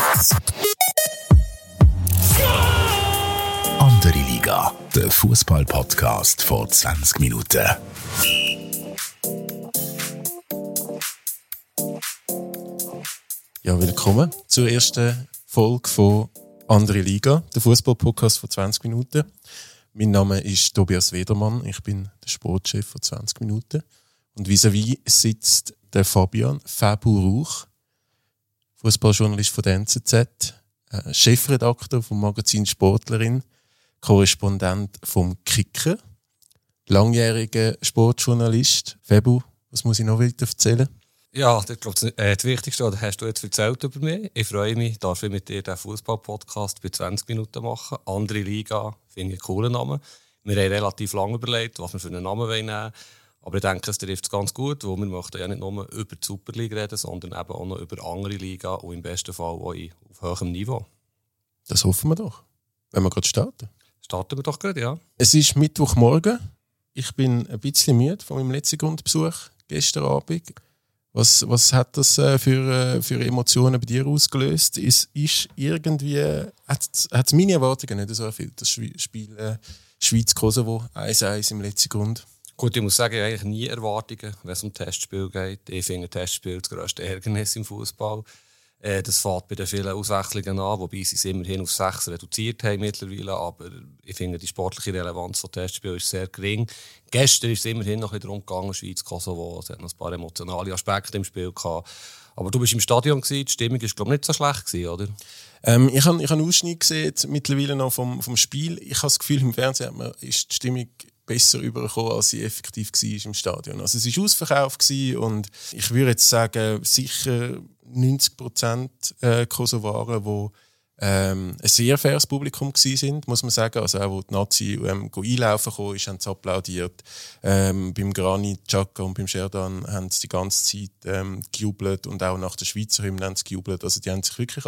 Andere Liga, der Fußball-Podcast vor 20 Minuten. Ja, willkommen zur ersten Folge von Andere Liga, der Fußball-Podcast vor 20 Minuten. Mein Name ist Tobias Wedermann, ich bin der Sportchef von 20 Minuten. Und vis-à-vis sitzt der Fabian Fabu Rauch, Fußballjournalist von der NZZ, Chefredakteur vom Magazin Sportlerin, Korrespondent vom Kicker, langjähriger Sportjournalist. Fabu, was muss ich noch weiter erzählen? Ja, ich glaube, das Wichtigste das hast du jetzt erzählt über mich. Ich freue mich, darf ich mit dir den Fußball-Podcast bei 20 Minuten machen. Andere Liga, finde ich einen coolen Namen. Wir haben relativ lange überlegt, was wir für einen Namen nehmen wollen. Aber ich denke, es trifft es ganz gut, weil wir möchten ja nicht nur über die Superliga reden, sondern eben auch noch über andere Liga und im besten Fall auch auf hohem Niveau. Das hoffen wir doch. Wenn wir gerade starten. Starten wir doch gerade, ja. Es ist Mittwochmorgen. Ich bin ein bisschen müde von meinem letzten Grundbesuch gestern Abend. Was hat das für Emotionen bei dir ausgelöst? Ist irgendwie, hat meine Erwartungen nicht so erfüllt, das Spiel Schweiz-Kosovo 1-1 im letzten Grund? Gut, ich muss sagen, ich habe eigentlich nie Erwartungen, wenn es um Testspiel geht. Ich finde Testspiel das grösste Ärgernis im Fußball. Das fängt bei den vielen Auswechslungen an, wobei sie es immerhin auf 6 reduziert haben mittlerweile. Aber ich finde, die sportliche Relevanz von Testspielen ist sehr gering. Gestern ist es immerhin noch ein bisschen darum gegangen, Schweiz-Kosovo. Es hat noch ein paar emotionale Aspekte im Spiel gehabt. Aber du bist im Stadion gewesen, die Stimmung war, glaube ich, nicht so schlecht gewesen, oder? Ich habe einen Ausschnitt gesehen, mittlerweile noch vom Spiel. Ich habe das Gefühl, im Fernsehen ist die Stimmung besser übergekommen, als sie effektiv war im Stadion. Also es war ausverkauft und ich würde jetzt sagen, sicher 90% Kosovaren, die ein sehr faires Publikum waren, muss man sagen. Also auch, wo die Nazi einlaufen kam, haben sie applaudiert. Beim Granit Xhaka und beim Sherdan haben sie die ganze Zeit gejubelt und auch nach der Schweizer Hymne haben sie gejubelt. Also die haben sich wirklich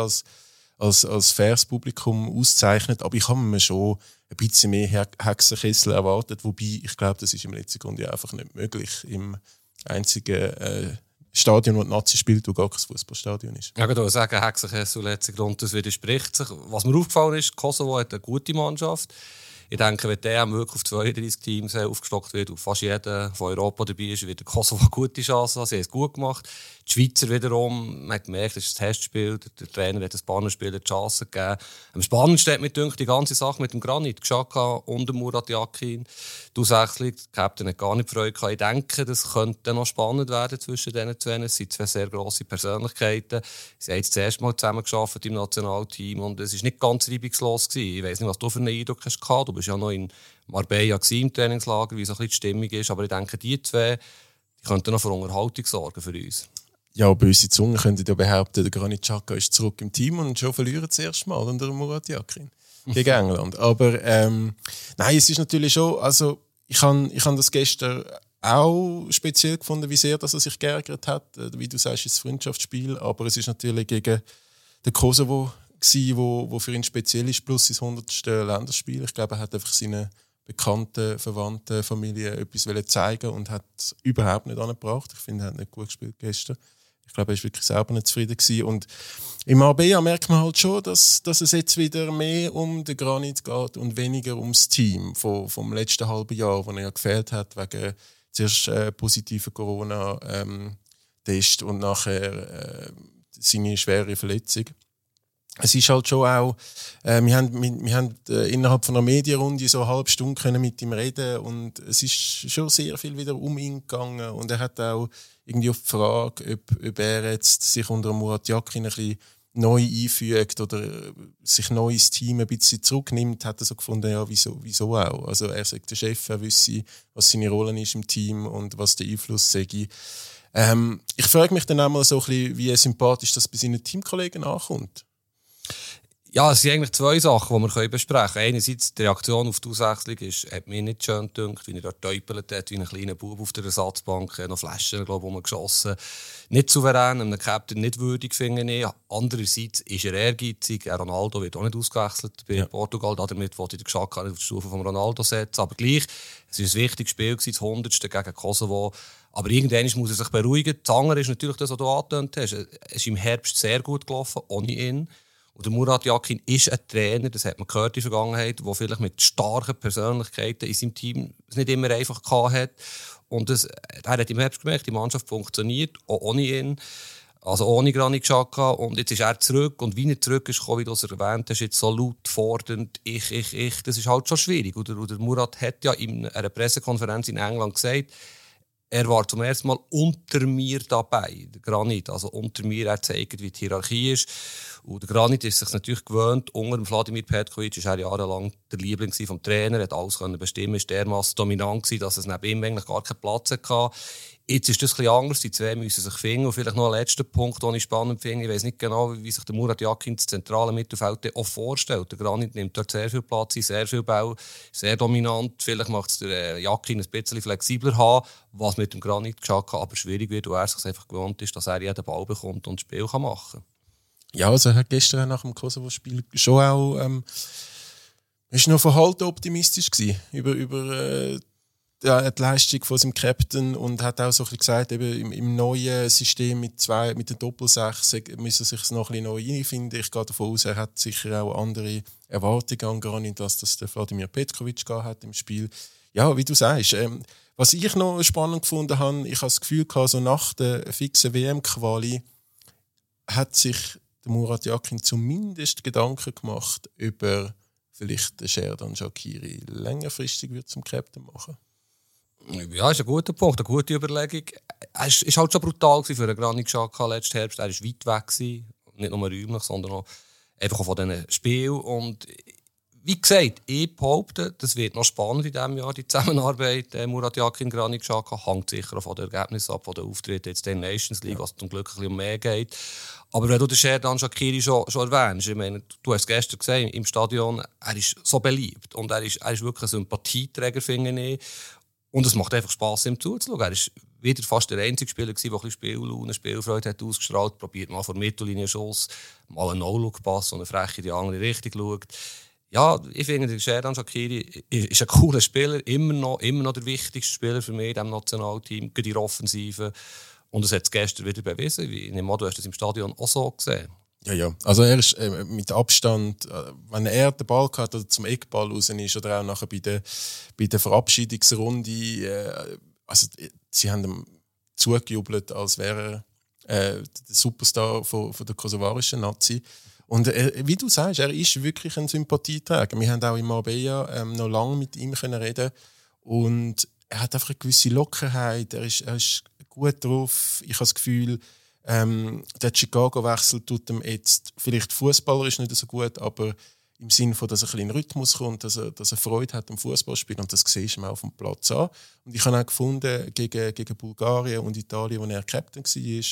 als faires Publikum auszeichnet. Aber ich habe mir schon ein bisschen mehr Hexenkessel erwartet, wobei ich glaube, das ist im letzten Grund ja einfach nicht möglich im einzigen Stadion, wo die Nazi spielt, wo gar kein Fußballstadion ist. Ja, ich würde sagen, Hexenkessel letzter Grund, das widerspricht sich. Was mir aufgefallen ist, Kosovo hat eine gute Mannschaft. Ich denke, wenn der wirklich auf 32 Teams aufgestockt wird und fast jeder von Europa dabei ist, wird der Kosovo eine gute Chance haben. Sie haben es gut gemacht. Die Schweizer wiederum, man hat gemerkt, das ist ein Testspiel. Der Trainer hat ein paar Spieler die Chance gegeben. Am spannendsten mit die ganze Sache mit dem Granit, Xhaka und dem Murat Yakin. Die Auswechslung, der Captain hat gar nicht Freude gehabt. Ich denke, das könnte noch spannend werden zwischen diesen zwei. Es sind zwei sehr grosse Persönlichkeiten. Sie haben jetzt das erste Mal zusammen gearbeitet im Nationalteam und es war nicht ganz reibungslos gewesen. Ich weiss nicht, was du für einen Eindruck hast gehabt. Du bist ja noch in Marbella im Trainingslager, wie so ein bisschen die Stimmung ist. Aber ich denke, die zwei die könnten noch für Unterhaltung sorgen für uns. Ja, böse Zungen könnten ja behaupten, der Granit Xhaka ist zurück im Team und schon verlieren das erste Mal unter Murat Yakin gegen England. Aber nein, es ist natürlich schon, also ich han das gestern auch speziell gefunden, wie sehr dass er sich geärgert hat. Wie du sagst, ist ein Freundschaftsspiel, aber es ist natürlich gegen den Kosovo gewesen, wo für ihn speziell ist, plus sein 100. Länderspiel. Ich glaube, er hat einfach seinen bekannten, verwandten Familie etwas zeigen und hat es überhaupt nicht angebracht. Ich finde, er hat nicht gut gespielt gestern. Ich glaube, er war wirklich selber nicht zufrieden gewesen. Und im Marbella merkt man halt schon, dass es jetzt wieder mehr um den Granit geht und weniger ums Team vom letzten halben Jahr, wo er ja gefehlt hat wegen zuerst positiven Corona-Test und nachher seine schwere Verletzung. Es ist halt schon auch, wir haben innerhalb von einer Medienrunde so eine halbe Stunde können mit ihm reden und es ist schon sehr viel wieder um ihn gegangen und er hat auch irgendwie auf die Frage, ob er jetzt sich unter Murat Yakin ein bisschen neu einfügt oder sich neu ins Team ein bisschen zurücknimmt, hat er so gefunden, ja, wieso auch. Also er sagt der Chef, er wisse, was seine Rolle ist im Team und was der Einfluss sei. Ich frage mich dann auch mal so ein bisschen, wie sympathisch das bei seinen Teamkollegen ankommt. Ja, es sind eigentlich zwei Sachen, die wir besprechen können. Einerseits, die Reaktion auf die Auswechslung hat mir nicht schön gedacht, wie er dort getäupelt hat, wie ein kleiner Bub auf der Ersatzbank, noch Flaschen, glaube ich, geschossen. Nicht souverän, einem Captain nicht würdig, finde ich. Andererseits ist er ehrgeizig. Ronaldo wird auch nicht ausgewechselt bei Portugal. Damit wollte ich den Xhaka auf die Stufe von Ronaldo setzen. Aber gleich, es war ein wichtiges Spiel, das 100. gegen Kosovo. Aber irgendwann muss er sich beruhigen. Das andere ist natürlich das, was du angetönt hast. Es ist im Herbst sehr gut gelaufen, ohne ihn. Und der Murat Yakin ist ein Trainer, das hat man gehört in der Vergangenheit, der vielleicht mit starken Persönlichkeiten in seinem Team es nicht immer einfach hat. Und er hat im Herbst gemerkt, die Mannschaft funktioniert, auch ohne ihn. Also ohne Granit Xhaka. Und jetzt ist er zurück. Und wie er zurück ist, wie du es erwähnt hast, jetzt so laut fordernd, ich. Das ist halt schon schwierig. Und der Murat hat ja in einer Pressekonferenz in England gesagt, er war zum ersten Mal unter mir dabei, der Granit. Also unter mir, er zeigt, wie die Hierarchie ist. Und der Granit ist sich natürlich gewöhnt, unter dem Vladimir Petkovic war er jahrelang der Liebling vom Trainer, hat alles bestimmen, ist dermassen dominant gewesen, dass es neben ihm eigentlich gar keinen Platz hatte. Jetzt ist das ein bisschen anders, die zwei müssen sich finden. Und vielleicht noch ein letzter Punkt, den ich spannend finde. Ich weiss nicht genau, wie sich der Murat Yakin das zentrale Mittelfeld auch vorstellt. Der Granit nimmt dort sehr viel Platz ein, sehr viel Ball, sehr dominant. Vielleicht macht es der Yakin ein bisschen flexibler haben, was mit dem Granit Xhaka aber schwierig wird, wo er sich einfach gewohnt ist, dass er jeden Ball bekommt und das Spiel machen kann. Ja, also er hat gestern nach dem Kosovo-Spiel schon auch ist noch verhalten optimistisch gewesen über die Leistung von seinem Captain und hat auch so ein bisschen gesagt, eben im neuen System mit der Doppel-6 müssen sich noch ein bisschen neu einfinden. Ich gehe davon aus, er hat sicher auch andere Erwartungen an Granit, als das der Vladimir Petkovic hat im Spiel. Ja, wie du sagst, was ich noch spannend gefunden habe, ich habe das Gefühl gehabt, so nach der fixen WM-Quali hat sich der Murat Yakin zumindest Gedanken gemacht über vielleicht den Xherdan Shaqiri längerfristig wird zum Captain machen. Ja, ist ein guter Punkt, eine gute Überlegung. Es war halt schon brutal für den Granit Xhaka letzten Herbst. Er war weit weg gewesen, nicht nur räumlich, sondern auch einfach auch von diesen Spielen. Und wie gesagt, ich behaupte, das wird noch spannend in diesem Jahr, die Zusammenarbeit Murat Yakin, Granit Xhaka, hängt sicher auch von den Ergebnissen ab, von den Auftritten jetzt in der Nations League, was zum Glück ein bisschen um mehr geht. Aber wenn du den Xherdan Shaqiri schon erwähnst, ich meine, du hast es gestern gesehen, im Stadion, er ist so beliebt und er ist wirklich ein Sympathieträger, finde ich. Und es macht einfach Spass, ihm zuzuschauen. Er war wieder fast der einzige Spieler, der ein bisschen Spiellaune, Spielfreude hat ausgestrahlt, probiert mal vor Mittellinie Schuss, mal einen No-Look-Pass, so eine Freche in die andere Richtung schaut. Ja, ich finde, der Xherdan Shaqiri ist ein cooler Spieler, immer noch der wichtigste Spieler für mich in diesem Nationalteam, gerade in der Offensive. Und das hat es gestern wieder bewiesen. Ich nehme an, du hast es im Stadion auch so gesehen. Ja. Also er ist mit Abstand, wenn er den Ball hat oder zum Eckball raus ist oder auch nachher bei der Verabschiedungsrunde, also sie haben ihm zugejubelt, als wäre er der Superstar von der kosovarischen Nazi. Und wie du sagst, er ist wirklich ein Sympathieträger. Wir haben auch in Marbella noch lange mit ihm reden und er hat einfach eine gewisse Lockerheit, er ist gut drauf. Ich habe das Gefühl, der Chicago-Wechsel tut ihm jetzt vielleicht fußballerisch nicht so gut, aber im Sinne von, dass er ein bisschen in Rhythmus kommt, dass er Freude hat am Fußballspiel und das siehst du ihm auch auf dem Platz an. Und ich habe auch gefunden, gegen Bulgarien und Italien, wo er Captain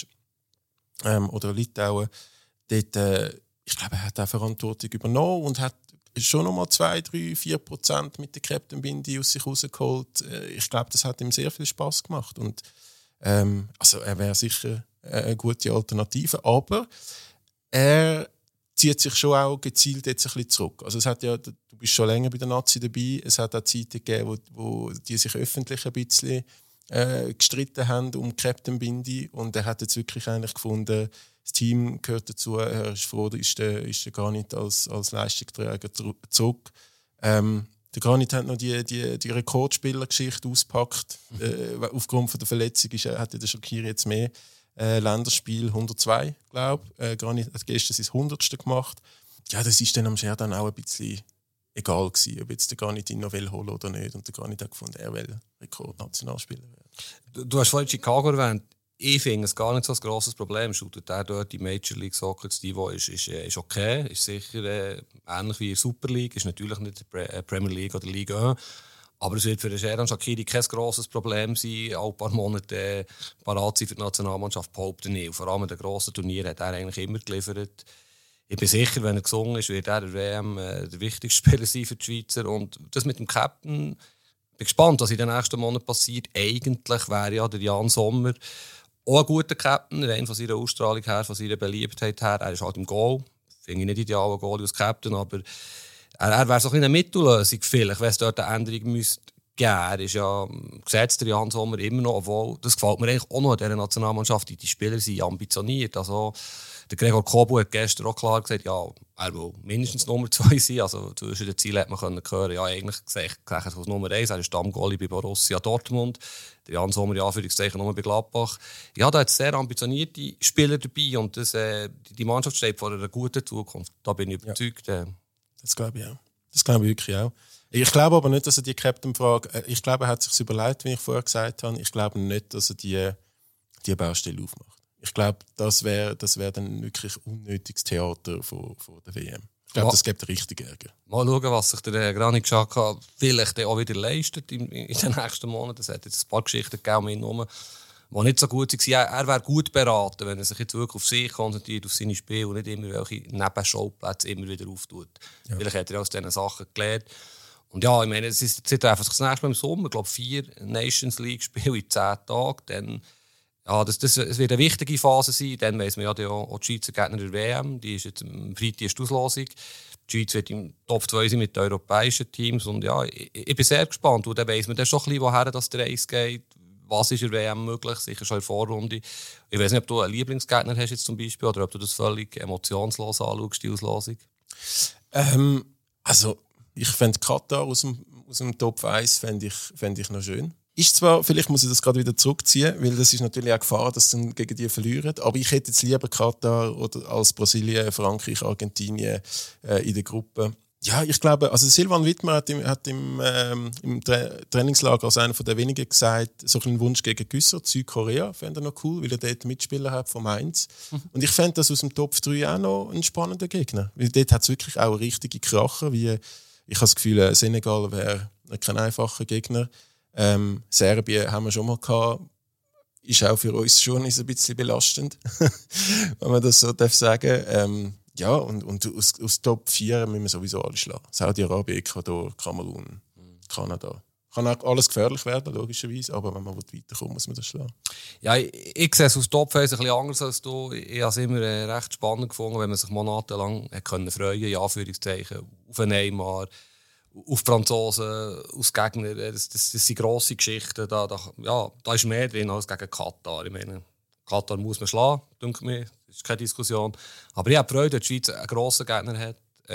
war, oder Litauen, dort, ich glaube, er hat auch Verantwortung übernommen und hat schon noch mal 2-3-4% mit der Captain-Binde aus sich rausgeholt. Ich glaube, das hat ihm sehr viel Spass gemacht und also er wäre sicher eine gute Alternative, aber er zieht sich schon auch gezielt jetzt ein bisschen zurück. Also es hat ja, du bist schon länger bei der Nazi dabei, es hat auch Zeiten gegeben, wo die sich öffentlich ein bisschen gestritten haben um Captain Bindi und er hat jetzt wirklich eigentlich gefunden, das Team gehört dazu, er ist froh, ist der gar nicht als Leistungsträger zurück. Der Granit hat noch die Rekordspielergeschichte ausgepackt. Aufgrund von der Verletzung hat der Shaqiri jetzt mehr Länderspiel 102, glaube ich. Granit hat gestern sein 100. gemacht. Ja, das ist dann am Xherdan auch ein bisschen egal gewesen, ob jetzt der Granit ihn noch holen oder nicht. Und der Granit hat gefunden, er will Rekordnationalspieler werden. Du hast vorhin Chicago erwähnt. Ich finde es gar nicht so ein grosses Problem. Shootet er dort die Major League Soccer, das Niveau ist okay, ist sicher ähnlich wie in der Super League, ist natürlich nicht die Premier League oder Liga 1. Aber es wird für den Xherdan Shaqiri kein grosses Problem sein, auch ein paar Monate parat sein für die Nationalmannschaft, behaupte ich. Und vor allem in den grossen Turnieren hat er eigentlich immer geliefert. ich bin sicher, wenn er gesungen ist, wird er der WM der wichtigste Spieler sein für die Schweizer. Und das mit dem Captain, ich bin gespannt, was in den nächsten Monaten passiert. Eigentlich wäre ja der Jan Sommer auch ein guter Captain, rein von seiner Ausstrahlung her, von seiner Beliebtheit her. Er ist halt im Goal. Finde ich nicht ideal, ein Goal als Captain, aber er wäre so ein eine Mittellösung vielleicht, wenn es dort eine Änderung müsste geben. Er ist ja gesetzt, der Jan Sommer immer noch, obwohl, das gefällt mir eigentlich auch noch an dieser Nationalmannschaft, die Spieler sind ambitioniert. Also, der Gregor Kobu hat gestern auch klar gesagt, ja, er will mindestens Nummer 2 sein. Also zwischen den Zielen hat man hören, ja, eigentlich gesagt als Nummer 1, er ist Stammgoalie bei Borussia Dortmund. Der Jan Sommer, ja, Anführungszeichen, nur bei Gladbach. Ja, da hat es sehr ambitionierte Spieler dabei und das, die Mannschaft steht vor einer guten Zukunft. Da bin ich überzeugt. Das glaube ich auch. Das glaube ich wirklich auch. Ich glaube aber nicht, dass er die Captain-Frage, ich glaube, er hat sich überlegt, wie ich vorher gesagt habe. Ich glaube nicht, dass er die Baustelle aufmacht. Ich glaube, das wär dann wirklich unnötiges Theater von der WM. Ich glaube, das gibt richtig Ärger. Mal schauen, was sich der Granit Xhaka vielleicht auch wieder leistet in den nächsten Monaten. Es hat jetzt ein paar Geschichten gegeben um ihn herum, die nicht so gut waren. Er wäre gut beraten, wenn er sich jetzt wirklich auf sich konzentriert, auf seine Spiele und nicht immer welche Nebenschauplätze immer wieder auftut. Ja. Vielleicht hat er aus diesen Sachen gelernt. Und ja, ich meine, es ist jetzt einfach das nächste Mal im Sommer, ich glaube 4 Nations League-Spiele in 10 Tagen. Dann, ja, es wird eine wichtige Phase sein. Dann weiss man ja auch die Schweizer Gegner der WM. Die ist jetzt am Freitag ist die Auslosung. Die Schweiz wird im Top 2 sein mit den europäischen Teams. Und ja, ich bin sehr gespannt. Und dann weiss man dann schon ein bisschen, woher das der Reise geht. Was ist in der WM möglich? Sicher schon in der Vorrunde. Ich weiss nicht, ob du einen Lieblingsgegner hast jetzt zum Beispiel oder ob du das völlig emotionslos anschaust, die Auslosung. Also, ich fände Katar aus dem Top 1 fänd ich noch schön. Ist zwar, vielleicht muss ich das gerade wieder zurückziehen, weil das ist natürlich auch Gefahr, dass sie gegen die verlieren. Aber ich hätte jetzt lieber Katar oder als Brasilien, Frankreich, Argentinien in der Gruppe. Ja, ich glaube, also Silvan Wittmer hat im Trainingslager als einer der wenigen gesagt, so einen Wunsch gegen geäussert. Südkorea fände er noch cool, weil er dort Mitspieler hat vom Mainz. Und ich fände das aus dem Top 3 auch noch ein spannender Gegner. Weil dort hat es wirklich auch richtige Kracher, wie ich habe das Gefühl, Senegal wäre kein einfacher Gegner. Serbien haben wir schon mal gehabt. Ist auch für uns schon ein bisschen belastend, wenn man das so sagen darf. Ja, und aus Top 4 müssen wir sowieso alle schlagen. Saudi-Arabien, Ecuador, Kamerun, Kanada. Kann auch alles gefährlich werden, logischerweise, aber wenn man weiterkommt, muss man das schlagen. Ja, ich sehe es aus Top 5 ein bisschen anders als du. Ich habe es immer recht spannend gefunden, wenn man sich monatelang freuen konnte, in Anführungszeichen, auf einen Neymar, auf Franzosen, aus Gegner. Das sind grosse Geschichten. Da ist mehr drin als gegen Katar. Ich meine, Katar muss man schlagen, denke mir. Das ist keine Diskussion. Aber ich habe Freude, dass die Schweiz einen grossen Gegner hat.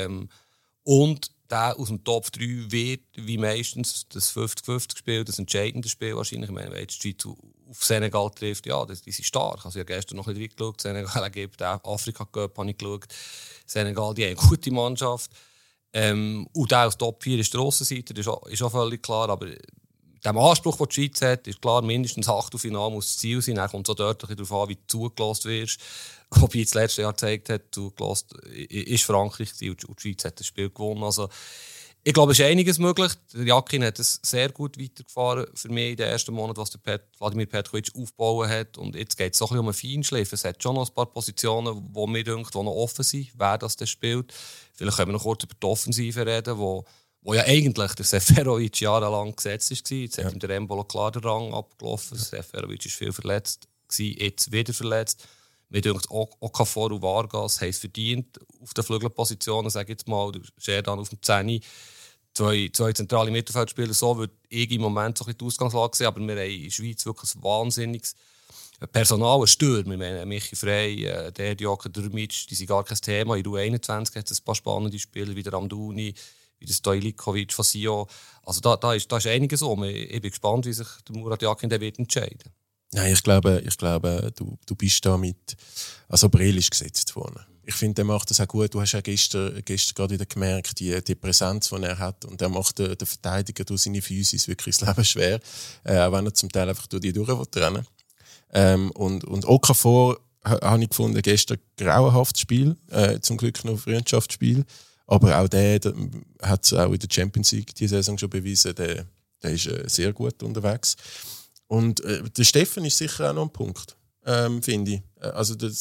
Und der aus dem Top 3 wird, wie meistens, das 50-50-Spiel, das entscheidende Spiel wahrscheinlich. Ich meine, wenn jetzt die Schweiz auf Senegal trifft, ja, die sind stark. Also ich habe gestern noch ein bisschen reingeschaut. Senegal gibt Afrika-Cup, habe ich geschaut. Senegal, die haben eine gute Mannschaft. Und der aus Top 4 ist der Aussenseiter, das ist auch völlig klar. Aber der Anspruch, den die Schweiz hat, ist klar, mindestens Achtelfinale muss das Ziel sein. Dann kommt es auch dort darauf an, wie du zugelassen wirst. Wobei das letzte Jahr gezeigt hat, zugelassen ist Frankreich und die Schweiz hat das Spiel gewonnen. Also, ich glaube, es ist einiges möglich. Der Jakin hat es sehr gut weitergefahren für mich in den ersten Monaten, was der Vladimir Petkovic aufgebaut hat. Und jetzt geht es so ein bisschen um einen Feinschliff. Es hat schon noch ein paar Positionen, die mir denken, die noch offen sind, wer das spielt. Vielleicht können wir noch kurz über die Offensive reden, wo ja eigentlich der Seferovic jahrelang gesetzt war. Jetzt hat ihm der Embolo klar den Rang abgelaufen. Seferovic war viel verletzt, jetzt wieder verletzt. Mir denkt, Okafor und Vargas haben es verdient auf den Flügelpositionen, sage ich jetzt mal, der Scherdan auf dem 10. Zwei zentrale Mittelfeldspieler, so würde ich im Moment so ein bisschen die Ausgangslage sehen, aber wir haben in der Schweiz wirklich ein wahnsinniges Personal, ein Stürmer. Wir meinen Michi Frey, der Joker Drmic, die sind gar kein Thema. In U21 hat es ein paar spannende Spieler, wie der Amdouni, wie der Stojlikovic von Sio. Also da ist einiges um. Ich bin gespannt, wie sich der Murat Yakin wird entscheiden. Nein, ich glaube, du bist da mit. Also Brill ist gesetzt vorne. Ich finde, der macht das auch gut. Du hast ja gestern gerade wieder gemerkt, die Präsenz, die er hat. Und er macht den Verteidiger durch seine Physis wirklich das Leben schwer. Auch wenn er zum Teil einfach durch die rennen will. Und Okafor habe ich gefunden, gestern grauenhaftes Spiel. Zum Glück noch Freundschaftsspiel. Aber auch der hat es auch in der Champions League diese Saison schon bewiesen. Der ist sehr gut unterwegs. Und der Steffen ist sicher auch noch ein Punkt, finde ich. Also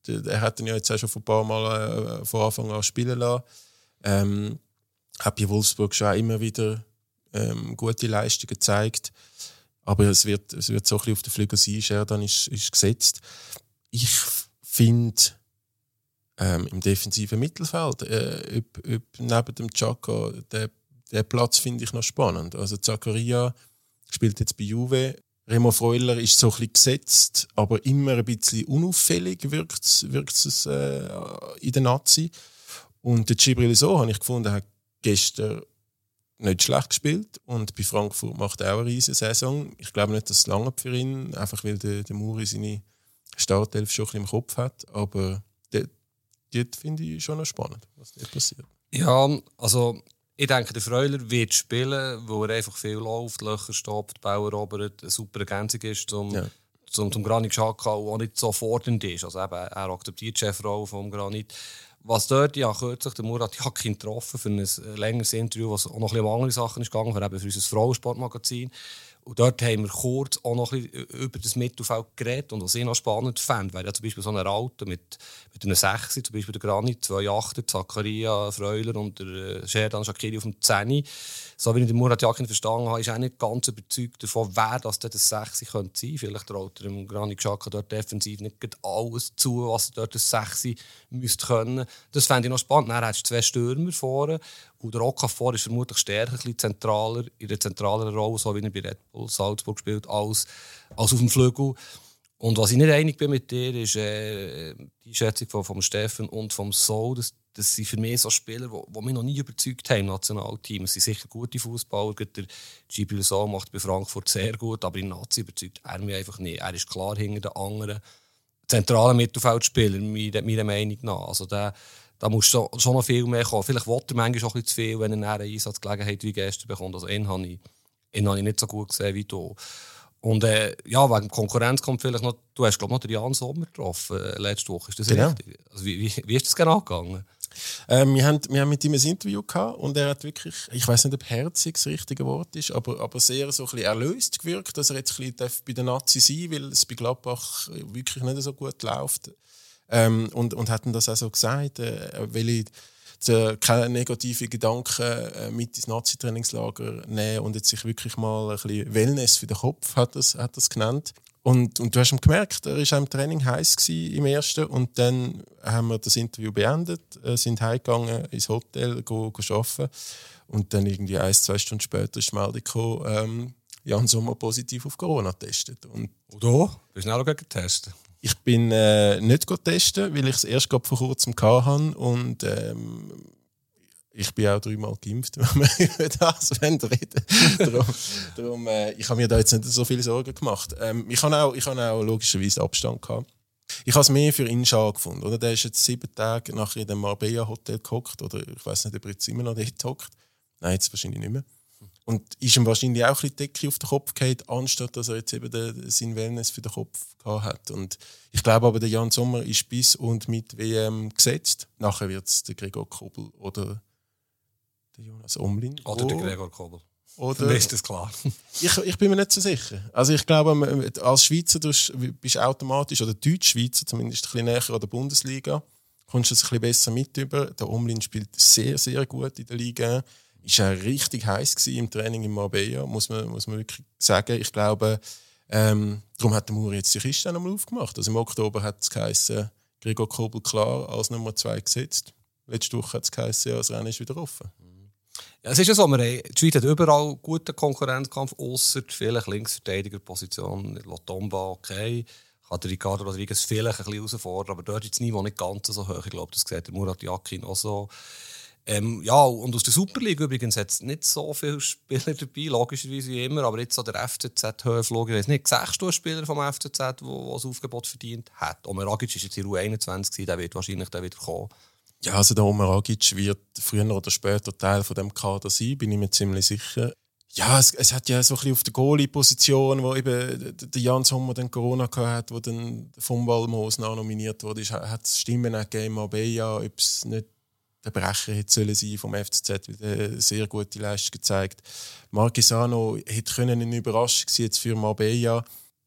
Er hat ihn ja jetzt auch schon ein paar Mal von Anfang an spielen lassen. Hat bei Wolfsburg schon auch immer wieder gute Leistungen gezeigt. Aber es wird so ein bisschen auf den Flügel sein, Sheridan ist gesetzt. Ich finde, im defensiven Mittelfeld, ob neben dem Xhaka, der Platz finde ich noch spannend. Also Zakaria spielt jetzt bei Juve. Remo Freuler ist so ein bisschen gesetzt, aber immer ein bisschen unauffällig wirkt es in der Nazi. Und der Djibril Sow, habe ich gefunden, hat gestern nicht schlecht gespielt und bei Frankfurt macht er auch eine riesige Saison. Ich glaube nicht, dass es lange für ihn, einfach weil der Muri seine Startelf schon ein bisschen im Kopf hat, aber dort finde ich schon noch spannend, was dort passiert. Ja, also ich denke, der Freuler wird spielen, weil er einfach viel läuft, Löcher stoppt, Bau erobert, eine super Ergänzung ist zum Granit Xhaka, der auch nicht so fordernd ist. Also eben, er akzeptiert die Chefrolle vom Granit. Was dort, ja, kürzlich der Murat Yakin getroffen für ein längeres Interview, was auch noch ein bisschen um andere Sachen ist gegangen, für unser Frauensportmagazin. Und dort haben wir kurz auch noch ein bisschen über das Mittelfeld geredet. Und was ich noch spannend fand, wäre ja zum Beispiel so eine Raute mit einer 6, zum Beispiel der Granit, 2 Achter, Zakaria, Freuler und der Sheridan Shaqiri auf dem 10. So wie ich den Murat Yakin verstanden habe, ist er nicht ganz überzeugt davon, wer das 6 sein könnte. Vielleicht traut er dem Granit Xhaka dort defensiv nicht alles zu, was er dort das 6 müsste können. Das fände ich noch spannend. Dann hast du 2 Stürmer vorne. Und der Okafor ist vermutlich stärker, ein bisschen zentraler, in der zentraleren Rolle, so wie er bei Red Bull Salzburg spielt, als auf dem Flügel. Und was ich nicht einig bin mit dir, ist die Schätzung von Steffen und vom Sow. Das sind für mich so Spieler, die mich noch nie überzeugt haben im Nationalteam. Es sind sicher gute Fußballer. Der Djibril Sow macht bei Frankfurt sehr gut, aber in Nazi überzeugt er mich einfach nicht. Er ist klar hinter den anderen zentralen Mittelfeldspielern, meiner Meinung nach. Also da muss schon noch viel mehr kommen. Vielleicht will er manchmal auch ein bisschen zu viel, wenn er eine Einsatzgelegenheit wie gestern bekommt. Also ihn habe ich nicht so gut gesehen wie du. Und wegen Konkurrenz kommt vielleicht noch, du hast glaube ich noch den Jan Sommer getroffen letzte Woche. Ist das richtig? Also wie ist das genau gegangen? Wir haben mit ihm ein Interview gehabt und er hat wirklich, ich weiß nicht, ob herzig das richtige Wort ist, aber sehr so ein bisschen erlöst gewirkt, dass er jetzt ein bisschen bei den Nazis sein darf, weil es bei Gladbach wirklich nicht so gut läuft. Und hat das auch so gesagt, weil ich keine negativen Gedanken mit ins Nazi-Trainingslager nehmen und jetzt sich wirklich mal ein bisschen Wellness für den Kopf hat das genannt. Und du hast ihm gemerkt, er war im Training heiß im ersten und dann haben wir das Interview beendet, sind heimgegangen ins Hotel arbeiten und dann irgendwie 1-2 Stunden später ist die Meldung gekommen, Jan Sommer positiv auf Corona getestet. Und du? Bist du auch noch getestet? Ich bin nicht testen, weil ich es erst vor kurzem hatte und ich bin auch 3-mal geimpft, wenn wir über das reden. Darum, ich habe mir da jetzt nicht so viele Sorgen gemacht. Ich habe auch logischerweise Abstand gehabt. Ich habe es mehr für ihn schade gefunden. Oder? Der ist jetzt 7 Tage nachher in dem Marbella-Hotel gehockt, oder ich weiß nicht, ob er jetzt immer noch dort hockt. Nein, jetzt wahrscheinlich nicht mehr. Und ist ihm wahrscheinlich auch ein bisschen Decke auf den Kopf gefallen, anstatt dass er jetzt eben seinen Wellness für den Kopf gehabt hat. Und ich glaube aber, der Jan Sommer ist bis und mit WM gesetzt. Nachher wird es der Gregor Kobel oder der Jonas Omlin. Oder der Gregor Kobel. Oder mir ist das klar. Ich bin mir nicht so sicher. Also ich glaube, als Schweizer bist du automatisch, oder Deutsch-Schweizer zumindest, ein bisschen näher an der Bundesliga. Kommst du es ein bisschen besser mit über. Der Omlin spielt sehr, sehr gut in der Liga. Ist auch richtig heiß gewesen im Training in Marbella, muss man wirklich sagen. Ich glaube, darum hat der Muri jetzt die Kiste auch nochmal aufgemacht. Also im Oktober hat es geheißen, Gregor Kobel klar als Nummer 2 gesetzt. Letzte Woche hat es geheißen, ja, das Rennen ist wieder offen. Ja, es ist ja so, die Schweiz hat überall guten Konkurrenzkampf, ausser vielleicht Linksverteidigerposition, Lotomba, okay. Kann der Ricardo Rodriguez vielleicht ein bisschen herausfordern, aber dort ist das Niveau nicht ganz so hoch. Ich glaube, das sieht der Murat Yakin auch so. Ja, und aus der Super League übrigens hat es nicht so viele Spieler dabei, logischerweise wie immer, aber jetzt so der FCZ-Höhenflug, ich weiß nicht, 6 Spieler vom FCZ, der das Aufgebot verdient hat. Omer Agic ist jetzt in U21, der wird wahrscheinlich wieder kommen. Ja, also der Omer Agic wird früher oder später Teil von dem Kader sein, bin ich mir ziemlich sicher. Ja, es hat ja so ein bisschen auf der Goalie-Position, wo eben der Jan Sommer dann Corona hat, wo dann vom Balmos nominiert wurde, hat es Stimmen gegeben, Marbella, ob es nicht der Brecher hätte sollen sein vom FCZ, weil er eine sehr gute Leistung gezeigt. Marquesano hätte eine Überraschung sein jetzt für Marbella.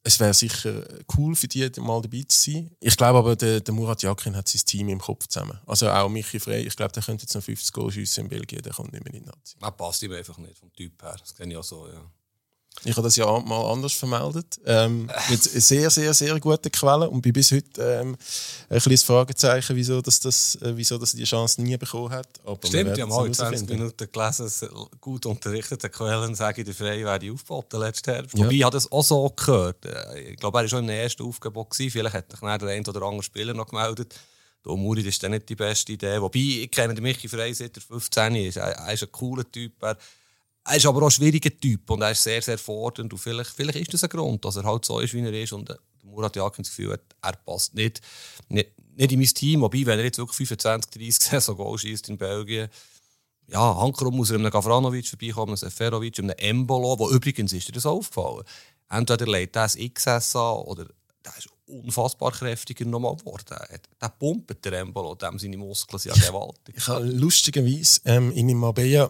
es wäre sicher cool für die, mal dabei zu sein. Ich glaube aber, der Murat Yakin hat sein Team im Kopf zusammen. Also auch Michi Frey, ich glaube, der könnte jetzt noch 50 Goal schiessen in Belgien, der kommt nicht mehr in die Nazi. Er passt ihm einfach nicht vom Typ her, das kenne ich auch so, ja. Ich habe das ja mal anders vermeldet. Mit sehr, sehr, sehr guten Quellen und bin bis heute ein kleines Fragezeichen, wieso er die Chance nie bekommen hat. Aber stimmt, ich habe mal in 20 Minuten gelesen, dass gut unterrichtete Quellen sagen, der Frey werde aufgeboten letzten Herbst. Ja. Wobei, ich habe das auch so gehört. Ich glaube, er war schon im ersten Aufgebot. Vielleicht hat sich der ein oder andere Spieler noch gemeldet. Der Muri, das ist dann nicht die beste Idee. Wobei, ich kenne den Michi Frey seit er 15 ist. Er ist ein cooler Typ. Er ist aber auch ein schwieriger Typ und er ist sehr, sehr fordernd. Und vielleicht ist das ein Grund, dass er halt so ist, wie er ist. Und der Murat Yakin das Gefühl hat, er passt nicht in mein Team. Wobei, wenn er jetzt wirklich 25, 30 Saison Goal schießt in Belgien, ja, Hankerum muss er einem Gavranovic vorbeikommen, einem Seferovic, einem Embolo, wo übrigens ist dir das aufgefallen. Entweder legt er das XS an oder der ist unfassbar kräftiger nochmal geworden. Der pumpt der Embolo, dem seine Muskeln sind ja gewaltig. Ich habe lustigerweise in Marbella,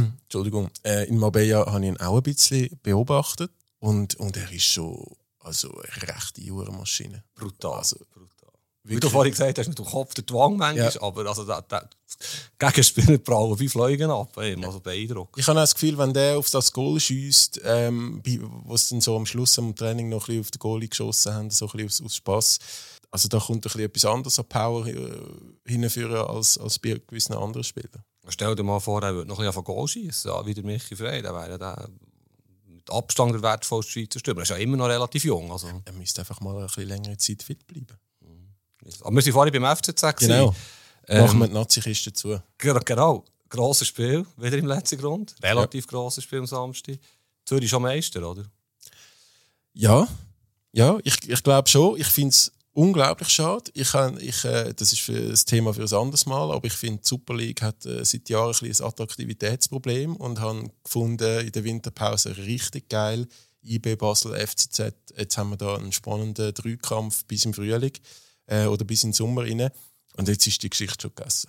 in Marbella habe ich ihn auch ein bisschen beobachtet und er ist schon eine rechte Maschine. Brutal. Wie du vorhin gesagt hast, mit dem Kopf der Twang manchmal, ja. Aber also der Gegenspieler prallen 5 Leugen ab. Also beeindruckend. Ich habe auch das Gefühl, wenn der auf das Goal schiesst, wo es dann so am Schluss am Training noch ein bisschen auf den Goalie geschossen haben, so ein bisschen aus Spass. Also da kommt ein bisschen etwas anderes an Power hinführen als bei gewissen anderen Spielern. Stell dir mal vor, er würde noch ein bisschen auf Goal schiessen, ja, wie der Michi Frey. Der wäre der mit Abstand der wertvollste Schweizer Stürmer. Er ist ja immer noch relativ jung. Also. Er müsste einfach mal eine bisschen längere Zeit fit bleiben. Aber wir waren vorhin beim FCZ. Genau. Machen wir die Nazi-Kiste zu. Genau. Grosses Spiel, wieder im letzten Grund. Relativ grosses Spiel am Samstag. Zürich ist schon Meister, oder? Ja, ich glaube schon. Ich finde es unglaublich schade. Das ist das Thema für ein anderes Mal, aber ich finde, die Super League hat seit Jahren ein Attraktivitätsproblem und habe gefunden, in der Winterpause richtig geil. IB, Basel, FCZ. Jetzt haben wir da einen spannenden Dreikampf bis im Frühling. Oder bis in den Sommer rein. Und jetzt ist die Geschichte schon gegessen.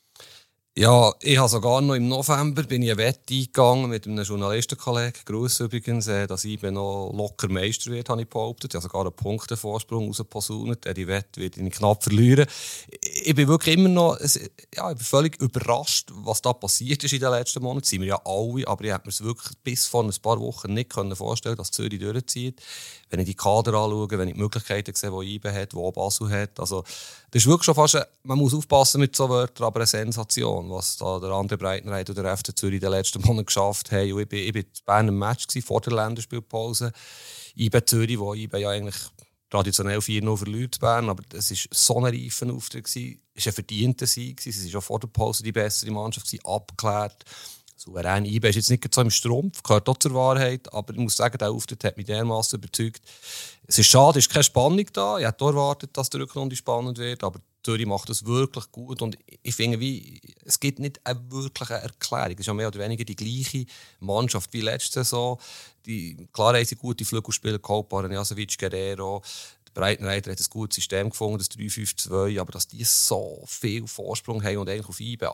Ja, ich habe sogar noch im November eine Wette eingegangen mit einem Journalistenkollegen, Gruß übrigens, dass IB noch locker Meister wird, habe ich behauptet. Ich habe sogar einen Punktevorsprung rausposaunet. Die Wette wird ich knapp verlieren. Ich bin wirklich immer noch ich bin völlig überrascht, was da passiert ist in den letzten Monaten. Das sind wir ja alle, aber ich hätte mir es wirklich bis vor ein paar Wochen nicht vorstellen können, dass Zürich durchzieht. Wenn ich die Kader anschaue, wenn ich die Möglichkeiten sehe, die IB hat, die Basel hat. Also, das ist wirklich schon fast, man muss aufpassen mit so Wörtern, aber eine Sensation, was da der André Breitenreiter und der FC Zürich in den letzten Monaten geschafft haben. Und ich war in Bern im Match vor der Länderspielpause. IB Zürich, wo IB ja eigentlich traditionell 4-0 verliert in Bern, aber es war so ein reifer Auftritt. Es war ein verdienter Sieg. Sie waren schon vor der Pause die bessere Mannschaft, abgeklärt. Souverän IB ist jetzt nicht so im Strumpf, gehört auch zur Wahrheit, aber ich muss sagen, der Auftritt hat mich dermaßen überzeugt. Es ist schade, es ist keine Spannung da. Ich hätte auch erwartet, dass die Rückrunde spannend wird, aber Zürich macht das wirklich gut und ich finde, es gibt nicht eine wirkliche Erklärung. Es ist ja mehr oder weniger die gleiche Mannschaft wie letzte Saison. Klar haben sie gute Flügelspieler gehabt, Baranjasovic, Guerrero. Breitenreiter hat ein gutes System gefunden, das 3-5-2, aber dass die so viel Vorsprung haben und eigentlich auf IB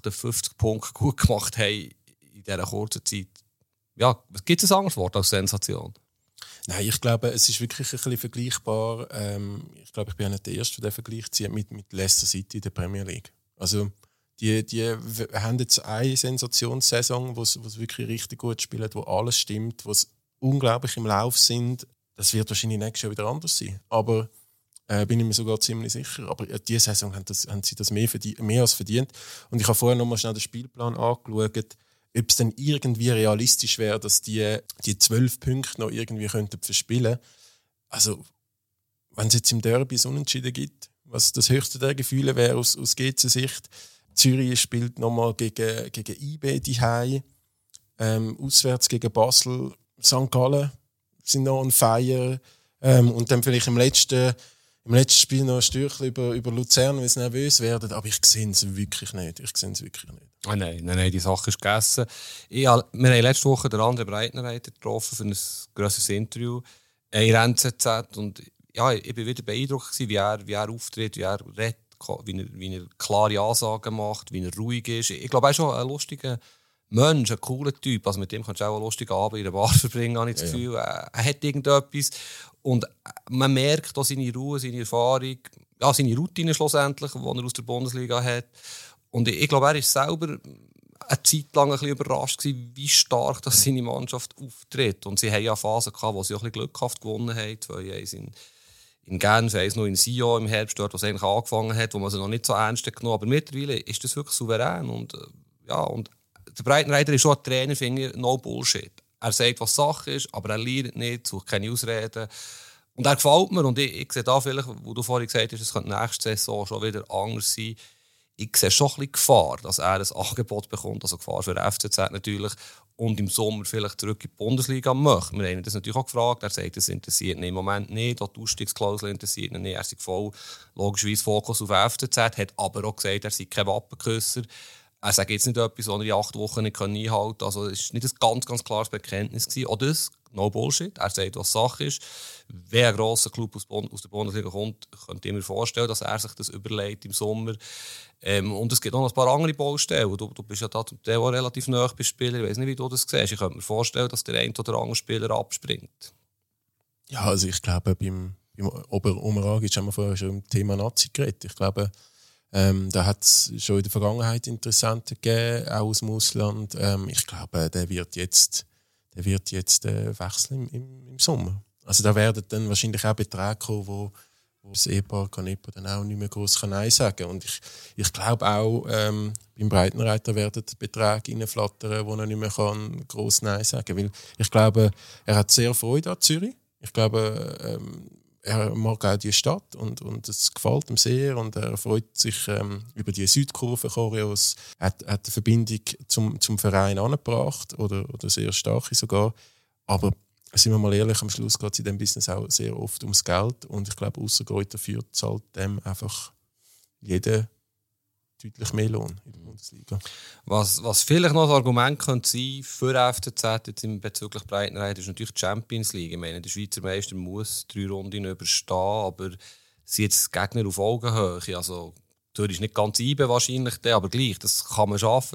58 Punkte gut gemacht haben in dieser kurzen Zeit. Ja, gibt es ein anderes Wort als Sensation? Nein, ich glaube, es ist wirklich ein bisschen vergleichbar. Ich glaube, ich bin ja nicht der Erste, der den Vergleich zieht mit Leicester City in der Premier League. Also, die haben jetzt eine Sensationssaison, wo sie wirklich richtig gut spielen, wo alles stimmt, wo sie unglaublich im Lauf sind. Das wird wahrscheinlich nächstes Jahr wieder anders sein. Aber bin ich mir sogar ziemlich sicher. Aber diese Saison haben sie das mehr als verdient. Und ich habe vorher noch mal schnell den Spielplan angeschaut, ob es dann irgendwie realistisch wäre, dass die 12 Punkte noch irgendwie verspielen könnten. Also, wenn es jetzt im Derby so Unentschieden gibt, was das höchste der Gefühle wäre aus GC-Sicht. Zürich spielt nochmal gegen IB daheim, auswärts gegen Basel, St. Gallen sind noch on fire. Und dann vielleicht im letzten Spiel noch ein Stückchen über Luzern, weil sie nervös werden. Aber ich sehe es wirklich nicht. Oh nein, die Sache ist gegessen. Wir haben letzte Woche den André Breitenreiter getroffen für ein grosses Interview in NZZ. Und ja, ich war wieder beeindruckt, wie er auftritt, wie er redet, wie er klare Ansagen macht, wie er ruhig ist. Ich glaube, er ist schon ein lustiger Mensch, ein cooler Typ. Also mit dem kannst du auch einen lustigen Abend in der Bar verbringen, habe ich das Gefühl. Er hat irgendetwas. Und man merkt auch seine Ruhe, seine Erfahrung, ja, seine Routine schlussendlich, die er aus der Bundesliga hat. Und ich glaube, er ist selber eine Zeit lang ein bisschen überrascht gewesen, wie stark das seine Mannschaft auftritt. Und sie haben ja Phasen gehabt, wo sie auch ein bisschen glückhaft gewonnen haben. 2-1 in Genf, 1-0 in Sion im Herbst, dort, wo es eigentlich angefangen hat, wo man sie noch nicht so ernst genommen hat. Aber mittlerweile ist das wirklich souverän. Und, und der Breitenreiter ist schon ein Trainer, finde ich, no Bullshit. Er sagt, was Sache ist, aber er lernt nicht, sucht keine Ausreden. Und er gefällt mir. Und ich sehe da vielleicht, wo du vorhin gesagt hast, es könnte nächste Saison schon wieder anders sein. Ich sehe schon ein bisschen Gefahr, dass er ein Angebot bekommt, also Gefahr für den FCZ natürlich, und im Sommer vielleicht zurück in die Bundesliga möchte. Wir haben ihn das natürlich auch gefragt, er sagt, das interessiert ihn im Moment nicht, auch die Ausstiegsklausel interessiert ihn nicht, er ist voll logischerweise Fokus auf den FCZ, hat aber auch gesagt, er sei kein Wappenküsser. Er sagt jetzt nicht etwas, was er in 8 Wochen nicht einhalten kann. Also es war nicht ein ganz klares Bekenntnis gewesen. Auch das, no Bullshit. Er sagt, was Sache ist. Wer ein grosser Club aus der Bundesliga kommt, könnte ich mir vorstellen, dass er sich das überlegt im Sommer. Und es gibt noch ein paar andere Baustellen. Du bist ja da zum Teil auch relativ nahe bei Spielern. Ich weiß nicht, wie du das siehst. Ich könnte mir vorstellen, dass der ein oder andere Spieler abspringt. Ja, also ich glaube, beim Ober-Omeragic haben wir vorher schon im Thema Nazi geredet. Ich glaube, da hat es schon in der Vergangenheit Interessenten gegeben, auch aus dem Ausland. Ich glaube, der wird jetzt wechseln im Sommer. Also da werden dann wahrscheinlich auch Beträge kommen, wo das Ehepaar Canepa dann auch nicht mehr gross Nein sagen kann. Und ich glaube auch, beim Breitenreiter werden Beträge reinflattern, wo er nicht mehr gross Nein sagen kann. Weil ich glaube, er hat sehr Freude an Zürich. Ich glaube, er mag auch die Stadt und es gefällt ihm sehr und er freut sich über die Südkurve-Choreos. Er hat eine Verbindung zum Verein angebracht oder sehr starke sogar. Aber sind wir mal ehrlich, am Schluss geht es in diesem Business auch sehr oft ums Geld und ich glaube, ausser Greuther Fürth zahlt dem einfach jeder deutlich mehr Lohn in der Bundesliga. Was vielleicht noch ein Argument könnte sein für FCZ jetzt bezüglich Breitenreiter ist natürlich die Champions League. Ich meine, der Schweizer Meister muss 3 Runden überstehen, aber sind jetzt Gegner auf Augenhöhe. Also, Zürich ist nicht ganz IBE wahrscheinlich, aber gleich, das kann man schaffen,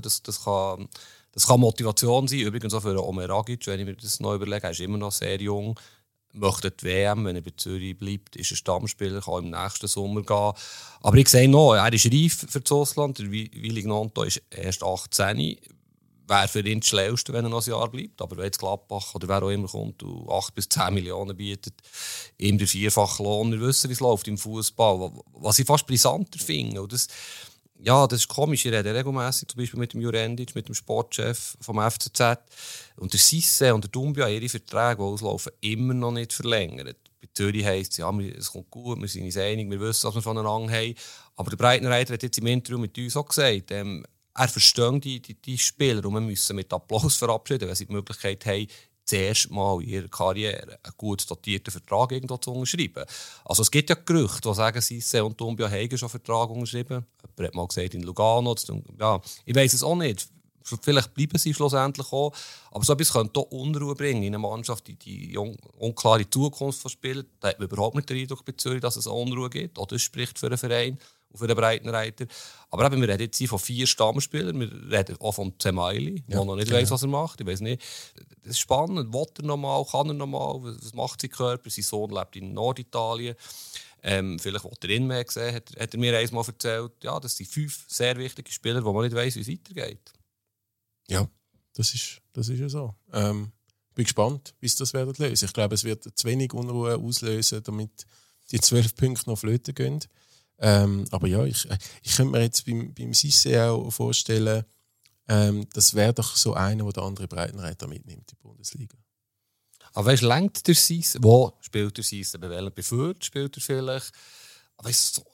das kann Motivation sein. Übrigens auch für Omeragic, wenn ich mir das noch überlege, er ist immer noch sehr jung. Möchte die WM, wenn er bei Zürich bleibt, ist ein Stammspieler, kann im nächsten Sommer gehen. Aber ich sehe noch, er ist reif für das Ausland. Der Willi Gnonto ist erst 18. Wäre für ihn das Schlauste, wenn er noch ein Jahr bleibt. Aber wenn jetzt Gladbach oder wer auch immer kommt und 8 bis 10 Millionen bietet, ihm der 4-fache Lohn, wir wissen, wie es läuft im Fußball. Was ich fast brisanter finde. Und das ist komisch. Ich rede regelmässig zum Beispiel mit dem Jurendic, mit dem Sportchef vom FCZ. Und der Cisse und der Dumbia haben ihre Verträge, die auslaufen, immer noch nicht verlängert. Bei Zürich heisst es, ja, es kommt gut, wir sind uns einig, wir wissen, was wir voneinander haben. Aber der Breitenreiter hat jetzt im Interview mit uns auch gesagt, er versteht die Spieler und wir müssen mit Applaus verabschieden, wenn sie die Möglichkeit haben, zuerst mal in ihrer Karriere einen gut dotierten Vertrag irgendwo zu unterschreiben. Also es gibt ja Gerüchte, die sagen, Cisse und Dumbia haben schon einen Vertrag unterschrieben. Jemand hat mal gesagt in Lugano. Ja, ich weiss es auch nicht. Vielleicht bleiben sie schlussendlich auch. Aber so etwas könnte auch Unruhe bringen in einer Mannschaft, die unklare Zukunft von Spielern. Da hat man überhaupt nicht den Eindruck bei Zürich, dass es Unruhe gibt. Auch das spricht für einen Verein und für den Breitenreiter. Aber eben, wir reden jetzt von 4 Stammspielern. Wir reden auch von Zemaili, der noch nicht weiss, was er macht. Ich weiss nicht. Das ist spannend. Will er noch mal? Kann er noch mal? Was macht sein Körper? Sein Sohn lebt in Norditalien. Vielleicht, als er ihn mehr gesehen hat, hat er mir einmal erzählt, ja, das sind 5 sehr wichtige Spieler, wo man nicht weiss, wie es weitergeht. Ja, das ist ja so. Bin gespannt, wie sie das werden lösen. Ich glaube, es wird zu wenig Unruhe auslösen, damit die 12 Punkte noch flöten gehen. Aber ja, ich könnte mir jetzt beim Cisse auch vorstellen, das wäre doch so einer, der andere Breitenreiter mitnimmt in die Bundesliga. Aber weißt du, lenkt der Cisse? Wo spielt der Cisse? Bei Fürth spielt er vielleicht? Aber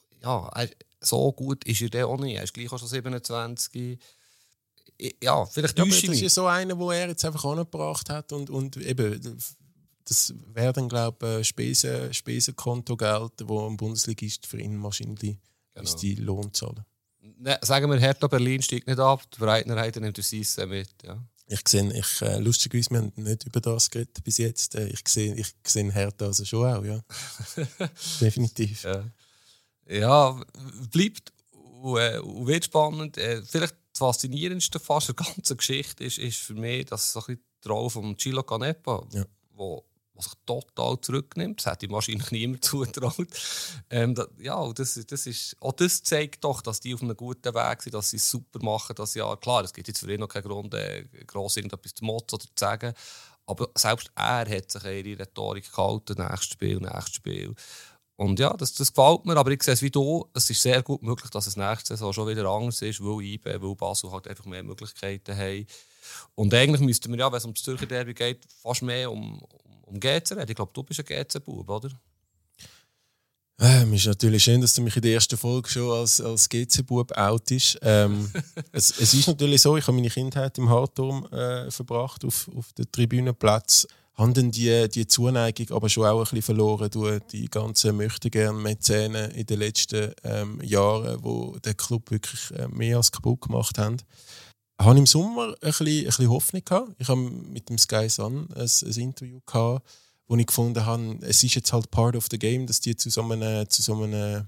so gut ist er auch nicht. Er ist gleich auch schon 27. Ja, vielleicht ja, das ist ja so einer, den er jetzt einfach angebracht hat und eben, das wäre dann, glaube ich, Spesenkontogeld, wo ein Bundesligist für ihn wahrscheinlich die Lohn zahlen. Ne, sagen wir, Hertha Berlin steigt nicht ab, der Breitenreiter nimmt den Cisse mit. Ja. Lustigerweise, wir haben nicht über das geredet bis jetzt. Ich sehe Hertha also schon auch, ja. Definitiv. Ja, bleibt und wird spannend. Vielleicht Faszinierendste fast der ganzen Geschichte ist für mich, dass so ein bisschen die Rolle von Cilo Canepa, wo sich total zurücknimmt. Das hätte ihm wahrscheinlich niemand zugetraut. Das zeigt doch, dass die auf einem guten Weg sind, dass sie es super machen. Dass, ja, klar, es gibt jetzt für ihn noch keinen Grund, gross irgendetwas zu motzen oder zu sagen. Aber selbst er hat sich in ihre Rhetorik gehalten, nächstes Spiel. Und ja, das gefällt mir, aber ich sehe es wie du, es ist sehr gut möglich, dass es nächste Saison schon wieder anders ist, weil IB, weil Basel halt einfach mehr Möglichkeiten haben. Und eigentlich müssten wir ja, wenn es um das Zürcher Derby geht, fast mehr um GC reden. Ich glaube, du bist ein GC-Bub, oder? Es ist natürlich schön, dass du mich in der ersten Folge schon als GC-Bub outest. Es ist natürlich so, ich habe meine Kindheit im Hartturm verbracht, auf den Tribünenplatz. Haben dann die Zuneigung aber schon auch ein bisschen verloren durch die ganzen Möchtegern-Mäzenen in den letzten Jahren, wo der Club wirklich mehr als kaputt gemacht haben. Ich hatte im Sommer ein bisschen Hoffnung gehabt. Ich habe mit dem Sky Sun ein Interview gehabt, wo ich gefunden habe, es ist jetzt halt part of the game, dass die zu so einem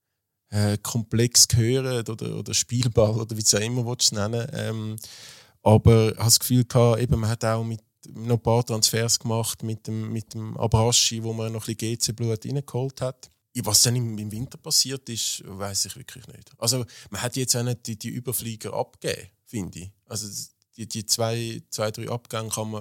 Komplex gehören oder Spielball oder wie du es auch immer nennen willst. Aber ich habe das Gefühl gehabt, eben, man hat auch mit noch ein paar Transfers gemacht mit dem Abraschi, wo man noch ein bisschen GC-Blut reingeholt hat. Was dann im Winter passiert ist, weiss ich wirklich nicht. Also man hat jetzt auch nicht die Überflieger abgegeben, finde ich. Also die zwei, drei Abgänge kann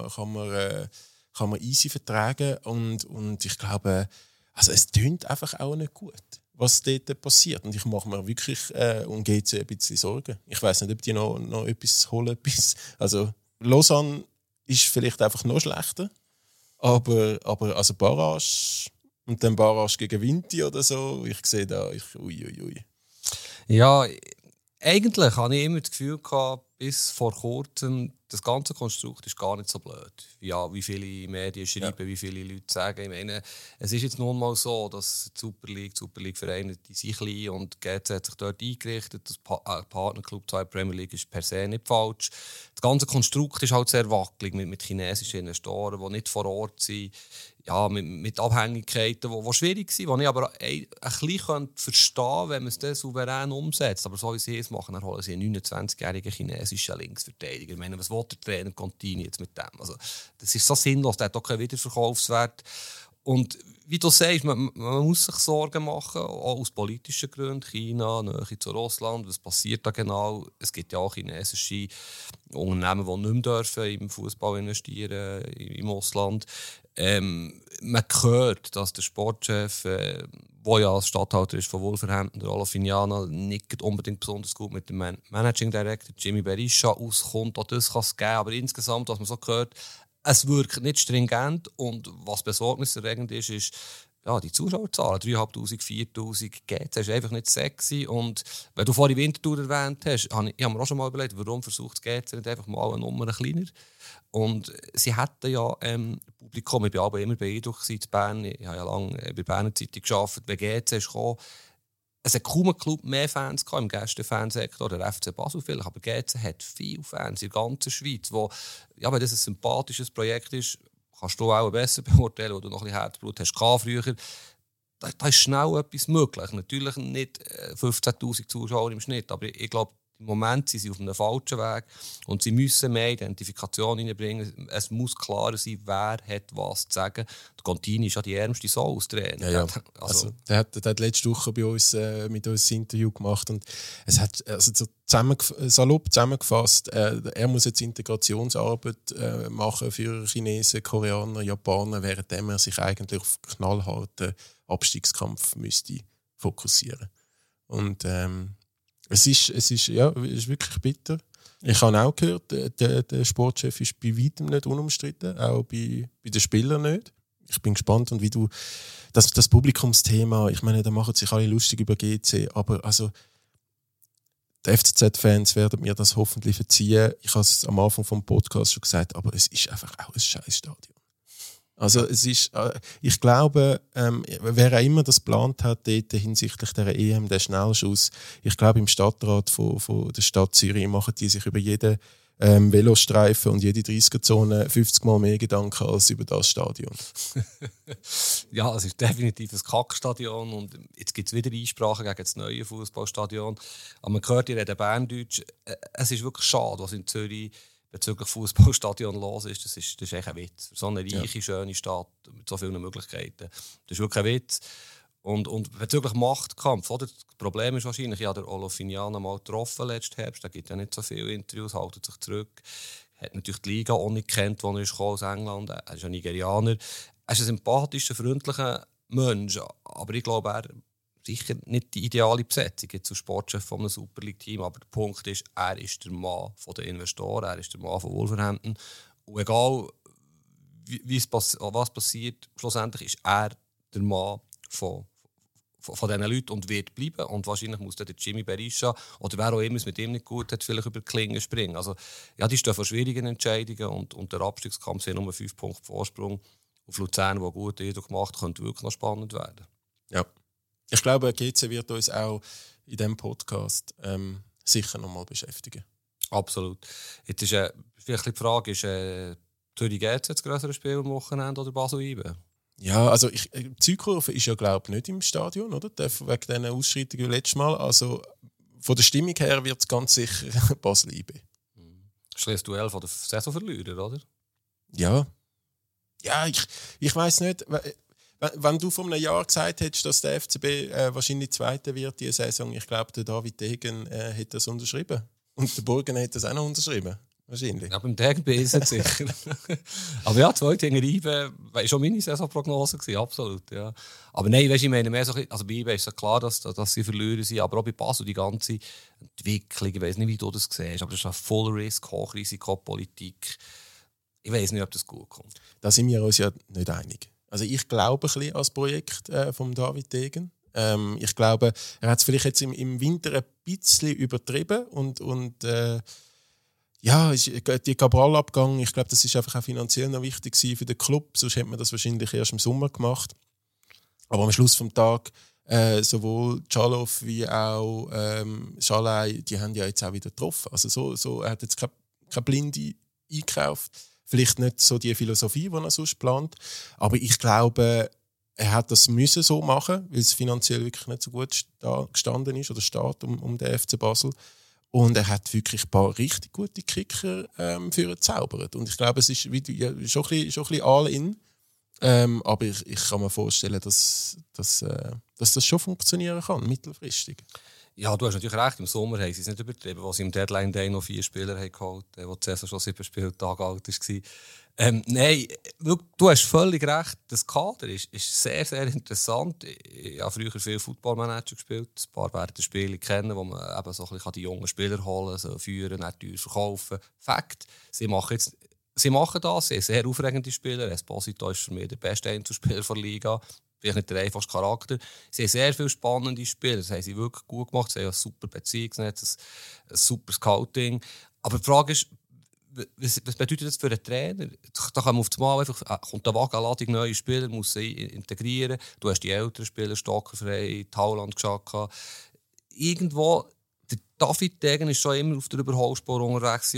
man easy vertragen und ich glaube, also es tönt einfach auch nicht gut, was dort passiert. Und ich mache mir wirklich um GC ein bisschen Sorgen. Ich weiss nicht, ob die noch etwas holen. Also Lausanne ist vielleicht einfach noch schlechter, aber also Barrage und dann Barrage gegen Vinti oder so, ich sehe da, ui. Ja, eigentlich hatte ich immer das Gefühl gehabt, bis vor kurzem, das ganze Konstrukt ist gar nicht so blöd. Ja, wie viele Medien schreiben, wie viele Leute sagen. Ich meine, es ist jetzt nun mal so, dass die Super League-Vereine, die sind klein und GC hat sich dort eingerichtet. Das Partnerclub 2 Premier League ist per se nicht falsch. Das ganze Konstrukt ist halt sehr wackelig mit chinesischen Investoren, die nicht vor Ort sind. Ja, mit Abhängigkeiten, die schwierig sind, die ich aber ein bisschen verstehen könnte, wenn man es dann souverän umsetzt. Aber so wie sie es machen, dann holen sie einen 29-jährigen chinesischen Linksverteidiger. Ich meine, was will der Trainer Contini jetzt mit dem? Also, das ist so sinnlos, der hat auch keinen Wiederverkaufswert. Und wie du sagst, man muss sich Sorgen machen, auch aus politischen Gründen. China, Nähe zu Russland, was passiert da genau? Es gibt ja auch chinesische Unternehmen, die nicht mehr dürfen im Fußball investieren im Ausland. Man hört, dass der Sportchef, der ja als Statthalter ist von Wolverhampton, der Olaf Vignana, nicht unbedingt besonders gut mit dem Managing Director Jimmy Berisha auskommt. Auch das kann es geben, aber insgesamt, was man so hört, es wirkt nicht stringent und was besorgniserregend ist ja, die Zuschauerzahlen, 3'500, 4'000 GC ist einfach nicht sexy. Und wenn du vorhin Winterthur erwähnt hast, habe ich mir auch schon mal überlegt, warum versucht GC nicht einfach mal eine Nummer kleiner? Und sie hätten ja Publikum, ich war aber immer beeindruckt in Bern, ich habe ja lange bei der Berner Zeitung gearbeitet, wenn GC ist gekommen, es hat kaum ein Club mehr Fans gehabt, im Gäste-Fansektor, der FC Basel vielleicht, aber GC hat viele Fans in der ganzen Schweiz, wo, ja, wenn das ein sympathisches Projekt ist, kannst du auch besser beurteilen, wo du noch ein bisschen Herzblut hast früher. Da ist schnell etwas möglich. Natürlich nicht 15'000 Zuschauer im Schnitt, aber ich glaube, im Moment sind sie auf einem falschen Weg und sie müssen mehr Identifikation reinbringen. Es muss klarer sein, wer hat was zu sagen. Der Contini ist ja die ärmste Sau als Trainer. Ja. Also, der hat letzte Woche bei uns mit uns ein Interview gemacht und es hat so salopp zusammengefasst, er muss jetzt Integrationsarbeit machen für Chinesen, Koreaner, Japaner, während er sich eigentlich auf knallharten Abstiegskampf müsste fokussieren. Und es ist wirklich bitter. Ich habe auch gehört, der Sportchef ist bei weitem nicht unumstritten, auch bei den Spielern nicht. Ich bin gespannt, und wie du das Publikumsthema, ich meine, da machen sich alle lustig über GC, aber also die FCZ-Fans werden mir das hoffentlich verziehen. Ich habe es am Anfang vom Podcast schon gesagt, aber es ist einfach auch ein Scheißstadion. Also es ist, ich glaube, wer auch immer das geplant hat, dort hinsichtlich der EM, der Schnellschuss, ich glaube, im Stadtrat von der Stadt Zürich machen die sich über jeden Velostreifen und jede 30er-Zone 50 Mal mehr Gedanken als über das Stadion. Ja, es ist definitiv ein Kackstadion und jetzt gibt es wieder Einsprachen gegen das neue Fußballstadion. Aber man hört, die reden Berndeutsch. Es ist wirklich schade, was in Zürich bezüglich Fußballstadion los ist. Das ist echt ein Witz. So eine reiche, schöne Stadt mit so vielen Möglichkeiten. Das ist wirklich ein Witz. Und bezüglich Machtkampf, oder? Das Problem ist wahrscheinlich, ich habe Olof Vignana mal getroffen letzten Herbst, da gibt ja nicht so viele Interviews, haltet sich zurück. Hat natürlich die Liga auch nicht gekannt, als er aus England kam. Er ist ein Nigerianer. Er ist ein sympathischer, freundlicher Mensch, aber ich glaube, er sicher nicht die ideale Besetzung jetzt als Sportchef von einem Super League-Team, aber der Punkt ist, er ist der Mann der Investoren, er ist der Mann von Wolverhampton. Und egal, was passiert, schlussendlich ist er der Mann von diesen Leuten und wird bleiben. Und wahrscheinlich muss dann der Jimmy Berisha oder wer auch immer es mit ihm nicht gut hat, vielleicht über die Klinge springen. Also, ja, die stehen vor schwierigen Entscheidungen und der Abstiegskampf sind nur 5 Punkte Vorsprung auf Luzern, der gute Eindruck macht, könnte wirklich noch spannend werden. Ja. Ich glaube, GC wird uns auch in diesem Podcast sicher noch mal beschäftigen. Absolut. Jetzt ist vielleicht die Frage, ist Zürich GC das größere Spiel am Wochenende oder Basel-IB? Ja, also die Südkurve ist ja, glaube ich, nicht im Stadion, oder? Wegen diesen Ausschreitungen letztes Mal. Also von der Stimmung her wird es ganz sicher Basel-IB. Das ist das Duell von der Saisonverlierer, oder? Ja. Ja, ich weiss nicht. Wenn du vor einem Jahr gesagt hättest, dass der FCB wahrscheinlich Zweiter wird diese Saison, ich glaube, der David Degen hätte das unterschrieben. Und der Burgen hätte das auch noch unterschrieben. Wahrscheinlich. Ja, beim Degen bin ich nicht sicher. Aber ja, 2 gegen IBE war schon meine Saisonprognose gewesen, absolut. Ja. Aber nein, weißt, ich meine mehr so, also bei IBE ist es klar, dass sie Verlierer sind, aber auch bei Basel die ganze Entwicklung, ich weiß nicht, wie du das siehst, aber das ist eine Full-Risk, Hochrisikopolitik. Ich weiß nicht, ob das gut kommt. Da sind wir uns ja nicht einig. Also ich glaube ein bisschen an das Projekt von David Degen. Ich glaube, er hat es vielleicht jetzt im Winter ein bisschen übertrieben und ja, die Cabral-Abgang, ich glaube, das ist einfach auch finanziell noch wichtig für den Club, sonst hätte man das wahrscheinlich erst im Sommer gemacht. Aber am Schluss des Tages, sowohl Tschalow wie auch Schalay, die haben ja jetzt auch wieder getroffen. Also so, er hat jetzt keine Blinde eingekauft. Vielleicht nicht so die Philosophie, die er sonst plant. Aber ich glaube, er hat das müssen so machen, weil es finanziell wirklich nicht so gut gestanden ist oder steht um den FC Basel. Und er hat wirklich ein paar richtig gute Kicker für ihn gezaubert. Und ich glaube, es ist schon ein bisschen all-in. Aber ich kann mir vorstellen, dass das schon funktionieren kann, mittelfristig. Ja, du hast natürlich recht, im Sommer haben sie es nicht übertrieben, als sie im Deadline Day noch 4 Spieler geholt haben, wo die Saison schon 7 Spieltage alt war. Nein, du hast völlig recht, das Kader ist sehr, sehr interessant. Ich habe früher viel Footballmanager gespielt, ein paar werden die Spiele kennen, wo man eben so ein bisschen die jungen Spieler holen kann, so führen, nicht teuer verkaufen. Fakt, sie machen das, sie haben sehr aufregende Spieler. Esposito ist für mich der beste Einzelspieler der Liga. Vielleicht nicht der einfachste Charakter. Sie haben sehr viele spannende Spieler. Das haben sie wirklich gut gemacht. Sie haben ein super Beziehungsnetz, ein super Scouting. Aber die Frage ist, was bedeutet das für einen Trainer? Da kann man auf einmal einfach, kommt eine Wagenladung neue Spieler, muss sie integrieren. Du hast die älteren Spieler, Stockerfrei, Tauland, Xhaka. Irgendwo, der David Degen ist schon immer auf der Überholspur unterwegs.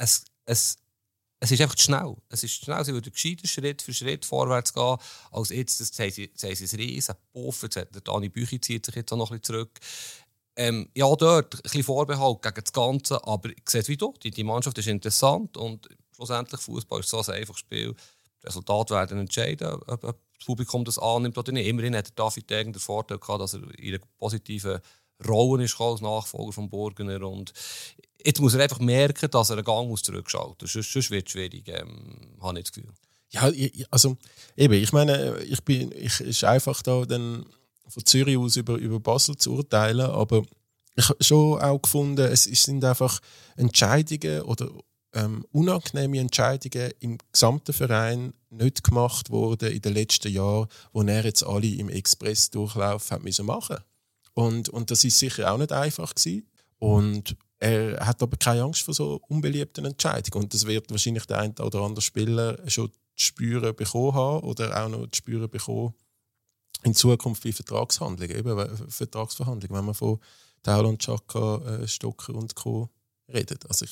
Es ist einfach zu schnell. Es ist schnell. Sie würden gescheiter Schritt für Schritt vorwärts gehen, als jetzt. Das haben sie ein riesen Puff. Der Dani Büchi zieht sich jetzt auch noch ein bisschen zurück. Ja, dort ein bisschen Vorbehalt gegen das Ganze, aber ich sehe es wie du. Die Mannschaft ist interessant und schlussendlich Fußball ist so ein einfaches Spiel. Die Resultate werden entscheiden, ob das Publikum das annimmt oder nicht. Immerhin hat David Degen den Vorteil gehabt, dass er in einer positiven Rolle ist als Nachfolger von Burgener. Und jetzt muss er einfach merken, dass er einen Gang zurückschalten muss. Sonst wird es schwierig, habe ich das Gefühl. Ja, also eben, ich meine, es ist einfach da dann von Zürich aus über Basel zu urteilen, aber ich habe schon auch gefunden, es sind einfach Entscheidungen oder unangenehme Entscheidungen im gesamten Verein nicht gemacht worden in den letzten Jahren, wo er jetzt alle im Express-Durchlauf hat müssen machen. Und das ist sicher auch nicht einfach gewesen. Und er hat aber keine Angst vor so unbeliebten Entscheidungen. Und das wird wahrscheinlich der ein oder andere Spieler schon zu spüren bekommen haben oder auch noch zu spüren bekommen in Zukunft bei Vertragsverhandlungen, wenn man von Tauland, Xhaka, Stocker und Co. redet. Also ich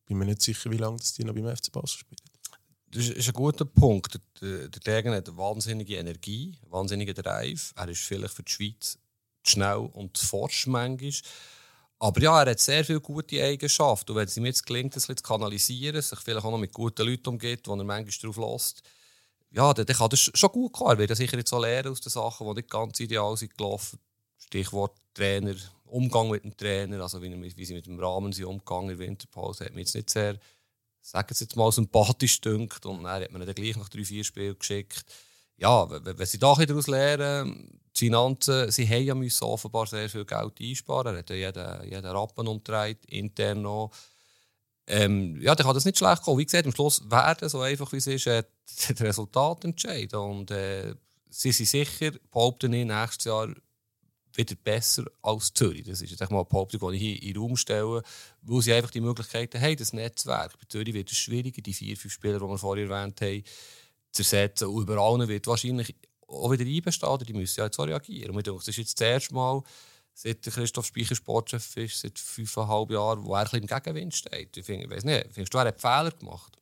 bin mir nicht sicher, wie lange die noch beim FC Basel spielen. Das ist ein guter Punkt. Der Degen hat eine wahnsinnige Energie, einen wahnsinnigen Drive. Er ist vielleicht für die Schweiz zu schnell und zu forsch manchmal. Aber ja, er hat sehr viele gute Eigenschaften. Und wenn es ihm jetzt gelingt, das ein bisschen zu kanalisieren, sich vielleicht auch noch mit guten Leuten umgeht, wo er manchmal drauf lässt, ja, dann kann das schon gut kommen. Er wird sicher jetzt auch lernen aus den Sachen, die nicht ganz ideal sind gelaufen. Stichwort Trainer, Umgang mit dem Trainer, also wie sie mit dem Rahmen sind umgegangen in der Winterpause, hat mich jetzt nicht sehr, sagen Sie jetzt mal, sympathisch gedünkt. Und dann hat man ihn dann gleich nach 3-4 Spielen geschickt. Ja, wenn sie da daraus lernen, die Finanzen, sie haben ja müssen offenbar sehr viel Geld einsparen. Er hat ja jeden Rappen umgedreht, intern noch. Ja, dann kann das nicht schlecht kommen. Wie gesagt, am Schluss werden, so einfach wie es ist, das Resultat entscheiden. Und sie sind sicher, behaupten ich, nächstes Jahr wieder besser als Zürich. Das ist jetzt mal eine Behauptung, die ich hier in den Raum stelle, weil sie einfach die Möglichkeiten haben, das Netzwerk. Bei Zürich wird es schwieriger, die 4-5 Spieler, die wir vorher erwähnt haben, zu ersetzen. Und über allen wird wahrscheinlich auch wieder einbestehen, die müssen ja jetzt auch reagieren. Und ich denke, das ist jetzt das erste Mal, seit der Christoph Speicher Sportchef ist, seit 5,5 Jahren, wo er ein bisschen im Gegenwind steht. Ich weiss nicht, findest du, er hat Fehler gemacht?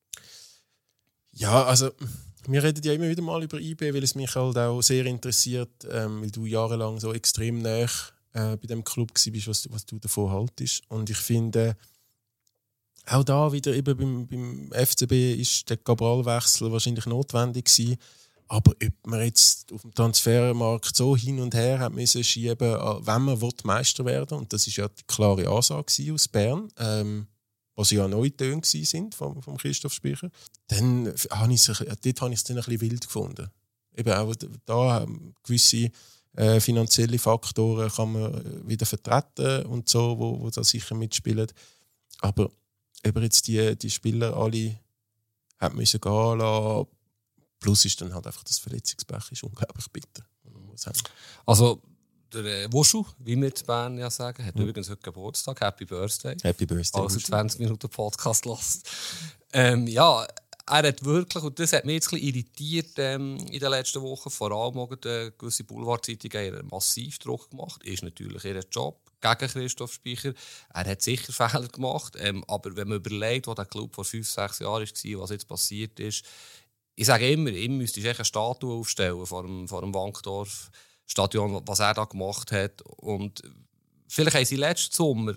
Ja, also wir reden ja immer wieder mal über IB, weil es mich halt auch sehr interessiert, weil du jahrelang so extrem nah bei dem Club warst, was du davon haltest. Und ich finde, auch da wieder eben beim FCB ist der Cabral-Wechsel wahrscheinlich notwendig gewesen. Aber ob man jetzt auf dem Transfermarkt so hin und her hat müssen schieben, wenn man Meister werden will, und das ist ja die klare Ansage aus Bern, was ja neue Töne sind vom Christoph Speicher, dann habe ich es dann ein bisschen wild gefunden. Eben auch da gewisse finanzielle Faktoren kann man wieder vertreten und so, wo da sicher mitspielen. Aber eben jetzt die Spieler alle haben müssen gehen lassen. Plus ist dann halt einfach das Verletzungspech ist unglaublich bitter. Also der Wuschu, wie wir in Bern ja sagen, hat übrigens heute Geburtstag. Happy Birthday. Happy Birthday. Also 20 Minuten Podcast lässt. Ja, er hat wirklich, und das hat mich jetzt ein bisschen irritiert in den letzten Wochen, vor allem auch gewisse Boulevardzeitungen massiv Druck gemacht. Ist natürlich ihr Job gegen Christoph Speicher. Er hat sicher Fehler gemacht, aber wenn man überlegt, was der Club vor 5-6 Jahren war, was jetzt passiert ist, ich sage immer, ihm müsste ich eine Statue aufstellen vor dem Wankdorf-Stadion, was er da gemacht hat. Und vielleicht haben sie letzten Sommer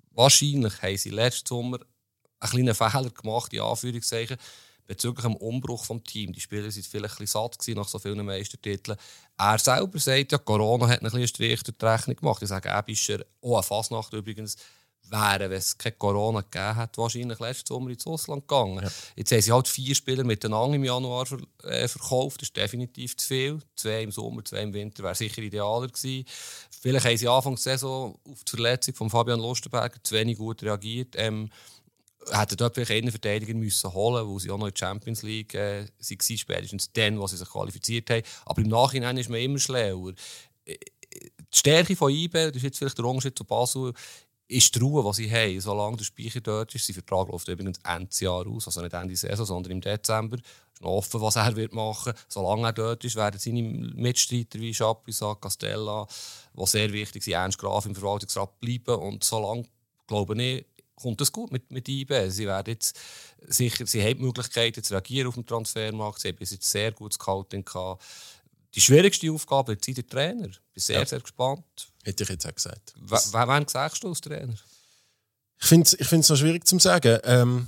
einen kleinen Fehler gemacht, in Anführungszeichen, bezüglich dem Umbruch des Teams. Die Spieler waren vielleicht ein bisschen satt nach so vielen Meistertiteln. Er selber sagt ja, Corona hat einen Strich durch die Rechnung gemacht. Ich sage, Ebischer, auch eine Fasnacht übrigens, wäre, wenn es kein Corona gegeben hat, wahrscheinlich letzten Sommer ins Ausland gegangen. Ja. Jetzt haben sie halt 4 Spieler miteinander im Januar verkauft. Das ist definitiv zu viel. 2 im Sommer, 2 im Winter wäre sicher idealer gewesen. Vielleicht haben sie Anfang der Saison auf die Verletzung von Fabian Lustenberger zu wenig gut reagiert. Hätten dort vielleicht einen Verteidiger müssen holen, weil sie auch noch in der Champions League waren, spätestens dann, als sie sich qualifiziert haben. Aber im Nachhinein ist man immer schlauer. Die Stärke von IB, das ist jetzt vielleicht der Unterschied zu Basel, ist die Ruhe, die sie haben. Solange der Speicher dort ist, sein Vertrag läuft übrigens Ende Jahr aus, also nicht Ende Saison, sondern im Dezember. Es ist noch offen, was er wird machen wird. Solange er dort ist, werden seine Mitstreiter wie Chapuisat, Castella, die sehr wichtig sind, Ernst Graf im Verwaltungsrat bleiben. Und solange, glaube ich, kommt es gut mit IB. Sie werden jetzt sicher, sie haben die Möglichkeit zu reagieren auf den Transfermarkt. Sie haben bis jetzt sehr gutes Scouting gehabt. Die schwierigste Aufgabe ist der Trainer. Ich bin sehr, sehr gespannt. Hätte ich jetzt auch gesagt. Wen sagst du als Trainer? Ich finde es noch schwierig zu sagen.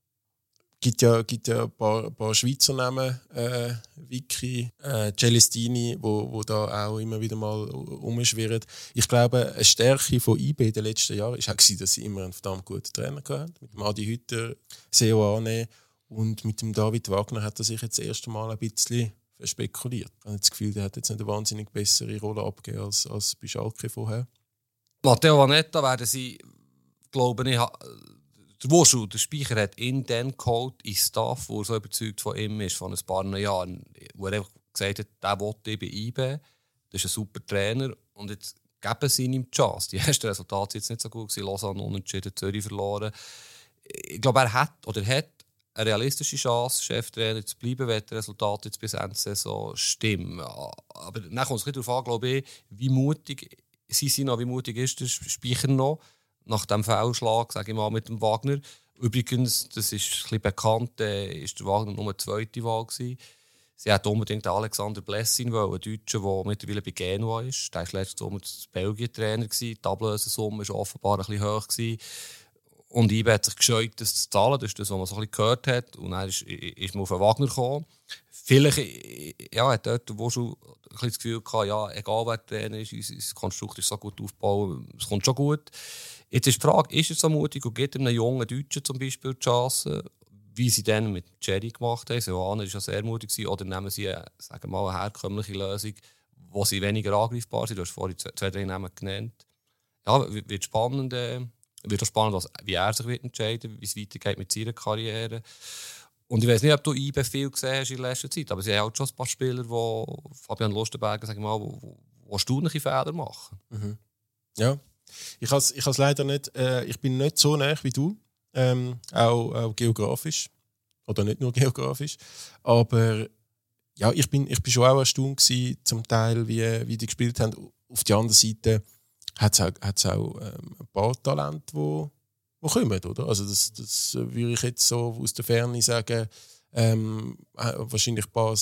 Gibt ja ein paar Schweizer Namen, Vicky, Celestini, wo da auch immer wieder mal rumschwirren. Ich glaube, eine Stärke von IB in den letzten Jahren war auch, dass sie immer einen verdammt guten Trainer hatten. Mit dem Adi Hütter, Seoane und mit dem David Wagner hat er sich jetzt das erste Mal ein bisschen spekuliert. Ich habe das Gefühl, der hat jetzt nicht eine wahnsinnig bessere Rolle abgegeben als bei Schalke vorher. Matteo Vanetta werden sie, glaube ich, der Wurschel, der Speicher hat ihn dann geholt in Staff, der so überzeugt von ihm ist, von ein paar Jahren, wo er gesagt hat, der will bei IB, das ist ein super Trainer und jetzt geben sie ihm die Chance. Die ersten Resultate waren jetzt nicht so gut, Lausanne unentschieden, Zürich verloren. Ich glaube, er hat eine realistische Chance, Cheftrainer zu bleiben, wenn die Resultate jetzt bis Ende der Saison stimmen. Aber dann kommt es darauf an, glaube ich, wie mutig sie sind noch, wie mutig ist der Speicher noch, nach dem Fehlschlag, sage ich mal, mit dem Wagner. Übrigens, das ist ein bisschen bekannt, ist der Wagner nur die zweite Wahl gewesen. Sie hat unbedingt Alexander Blessin wollen, einen Deutschen, der mittlerweile bei Genua ist. Der war letztes Sommer Belgien-Trainer. Die Ablösesumme war offenbar ein bisschen hoch gewesen. Und IBE hat sich gescheut, das zu zahlen. Das ist das, was man so ein bisschen gehört hat. Und dann ist man auf den Wagner gekommen. Vielleicht hat dort der Wuschel ein bisschen das Gefühl gehabt, ja, egal wer Trainer ist, unser Konstrukt ist so gut aufgebaut, es kommt schon gut. Jetzt ist die Frage, ist er so mutig und gibt einem jungen Deutschen zum Beispiel die Chance, wie sie dann mit Jerry gemacht haben? Silvaner war ja sehr mutig. Oder nehmen sie sagen wir mal, eine herkömmliche Lösung, wo sie weniger angreifbar sind? Du hast vorhin 2-3 Namen genannt. Ja, wird spannend. Wird auch spannend, wie er sich wird entscheiden, wie es weitergeht mit seiner Karriere. Und ich weiß nicht, ob du IBE viel gesehen hast in letzter Zeit, aber sie haben halt schon ein paar Spieler, die Fabian Lustenberger, sagen wir mal, wo erstaunliche Fehler machen. Mhm. Ja, ich has leider nicht, ich bin nicht so nah wie du, auch geografisch, oder nicht nur geografisch, aber ja, ich bin schon auch erstaunt gewesen, zum Teil, wie die gespielt haben. Auf der anderen Seite hat es auch ein paar Talente, die kommen, oder? Also das würde ich jetzt so aus der Ferne sagen, wahrscheinlich ein paar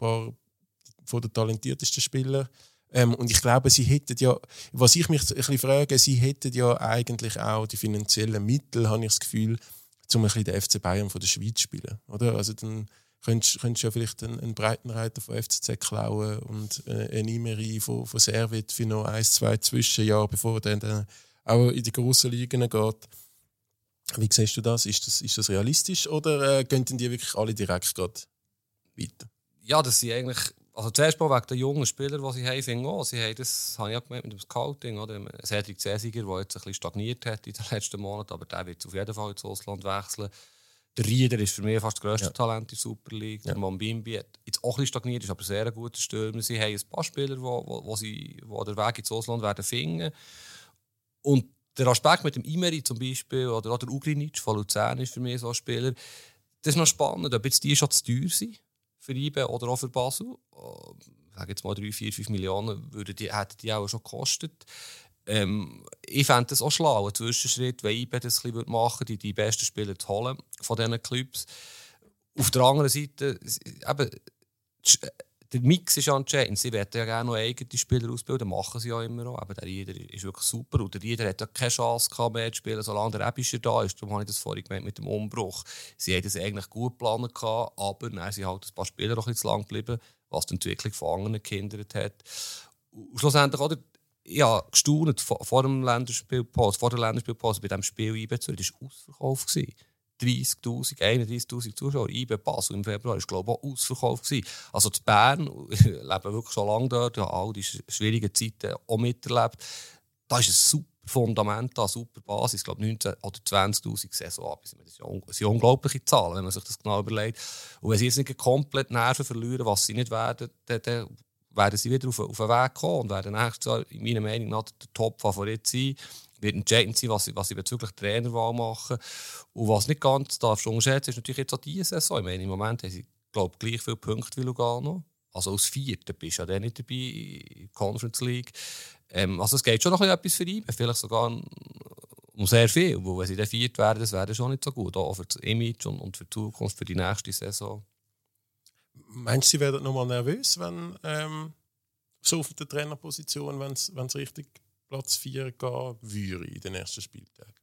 von den talentiertesten Spieler. Und ich glaube, sie hätten ja, was ich mich ein bisschen frage, sie hätten ja eigentlich auch die finanziellen Mittel, habe ich das Gefühl, um ein bisschen den FC Bayern von der Schweiz zu spielen, oder? Also dann könntest du ja vielleicht einen Breitenreiter von FCZ klauen und einen Imeri von Servet für noch 1-2 Zwischenjahre, bevor er dann auch in die grossen Ligen geht. Wie siehst du das? Ist das realistisch oder gehen die wirklich alle direkt gerade weiter? Ja, das sind eigentlich... Also zuerst mal wegen den jungen Spielern, die sie haben, finde ich auch. Sie haben das, habe ich ja gemeint, mit dem Scouting, oder? Cedric Cäsiger, der jetzt ein bisschen stagniert hat in den letzten Monaten, aber der wird auf jeden Fall ins Ausland wechseln. Der Rieder ist für mich fast das grösste Talent in der Super League. Der Mambimbi hat jetzt auch ein bisschen stagniert, ist aber sehr ein guter Stürmer. Sie haben ein paar Spieler, die den Weg ins Ausland werden finden. Und der Aspekt mit dem Imeri zum Beispiel, oder auch der Ugrinic von Luzern ist für mich so ein Spieler. Das ist noch spannend, ob jetzt die schon zu teuer sind für IBE oder auch für Basel. Ich sage jetzt mal 3, 4, 5 Millionen hätten die auch schon gekostet. Ich fände das auch schlau, ein Zwischenschritt, wenn IBE das ein bisschen machen würde, die besten Spieler zu holen von diesen Clubs. Auf der anderen Seite, eben, der Mix ist entscheidend. Sie werden ja gerne noch eigene Spieler ausbilden, machen sie ja immer auch. Aber der Rieder ist wirklich super. Und der Rieder hat ja keine Chance mehr zu spielen, solange der Ebischer da ist. Darum habe ich das vorhin gemeint mit dem Umbruch. Sie haben das eigentlich gut geplant, aber dann sind halt ein paar Spieler noch ein bisschen zu lang geblieben, was die Entwicklung von anderen gehindert hat. Und schlussendlich, oder, ja, gestaunt vor der Länderspielpause bei diesem Spiel IBE Zürich, das war ausverkauft. 31'000 Zuschauer. IBE Basel im Februar war, glaube ich, auch ausverkauft. Also in Bern, leben wirklich schon lange dort, ja, all die schwierigen Zeiten auch miterlebt. Da ist ein super Fundament, eine super Basis. Ich glaube, 19'000 oder 20'000 Saison ab. Das sind unglaubliche Zahlen, wenn man sich das genau überlegt. Und wenn sie jetzt nicht komplett Nerven verlieren, was sie nicht werden, dann werden sie wieder auf den Weg kommen und werden nächstes Jahr, in meiner Meinung nach, der Top-Favorit sein. Wird entscheidend sein, was sie bezüglich Trainerwahl machen. Und was nicht ganz darfst du unterschätzen, ist natürlich jetzt auch diese Saison. Ich meine, im Moment haben sie, glaube ich, gleich viele Punkte wie Lugano. Also als Vierter bist du ja dann nicht dabei in der Conference League. Also es geht schon noch etwas für ihn, vielleicht sogar um sehr viel. Weil wenn sie dann Vierter werden, das wäre schon nicht so gut. Auch für das Image und für die Zukunft, für die nächste Saison. Meinst du, sie werden nochmal nervös, wenn so auf der Trainerposition, wenn es richtig Platz 4 gehen würde in den ersten Spieltagen?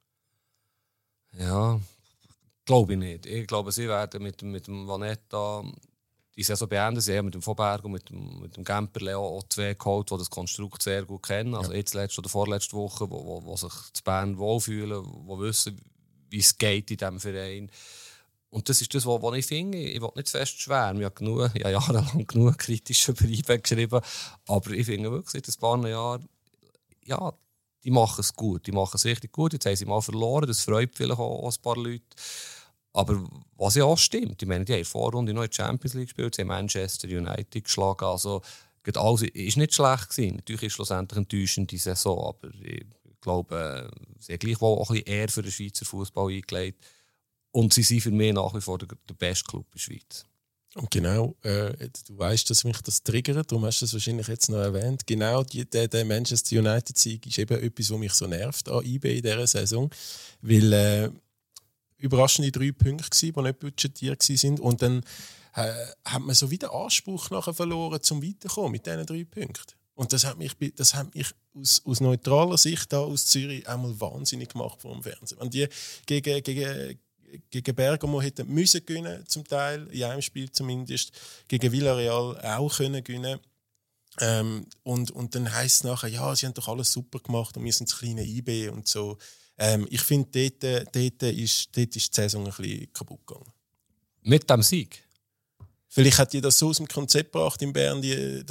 Ja, glaube ich nicht. Ich glaube, sie werden mit dem Vanetta die Saison beenden. Sie haben mit dem Vorberg und mit dem Gemperle auch 2 geholt, die das Konstrukt sehr gut kennen. Also jetzt letzte oder vorletzte Woche, wo sich zu Bern wohlfühlen, die wissen, wie es geht in diesem Verein. Und das ist das, was ich finde. Ich will nicht zu fest schwärmen. Ich habe jahrelang genug kritisch über IBE geschrieben. Aber ich finde wirklich, seit ein paar Jahren, ja, die machen es gut. Die machen es richtig gut. Jetzt haben sie mal verloren. Das freut vielleicht auch ein paar Leute. Aber was ja auch stimmt, ich meine, die haben in der Vorrunde noch in der Champions League gespielt, sie haben Manchester United geschlagen. Also, alles ist nicht schlecht gewesen. Natürlich ist es schlussendlich enttäuschend die Saison, aber ich glaube, sie haben gleichwohl auch ein bisschen eher für den Schweizer Fußball eingelegt. Und sie sind für mich nach wie vor der beste Club in der Schweiz. Und genau, du weißt, dass mich das triggert, darum hast du es wahrscheinlich jetzt noch erwähnt. Genau der Manchester United-Sieg ist eben etwas, was mich so nervt an IBE in dieser Saison. Weil überraschende 3 Punkte gewesen, die nicht budgetiert waren. Und dann hat man so wieder Anspruch nachher verloren, zum Weiterkommen mit diesen 3 Punkten. Und das hat mich aus neutraler Sicht da aus Zürich einmal wahnsinnig gemacht vor dem Fernsehen. Wenn die gegen Bergamo hätten müssen gewinnen, zum Teil, in einem Spiel zumindest, gegen Villarreal auch können gewinnen. Und dann heisst es nachher, ja, sie haben doch alles super gemacht und wir sind das kleine IB und so. Ich finde, dort ist die Saison ein bisschen kaputt gegangen. Mit dem Sieg? Vielleicht hat die das so aus dem Konzept gebracht in Bern,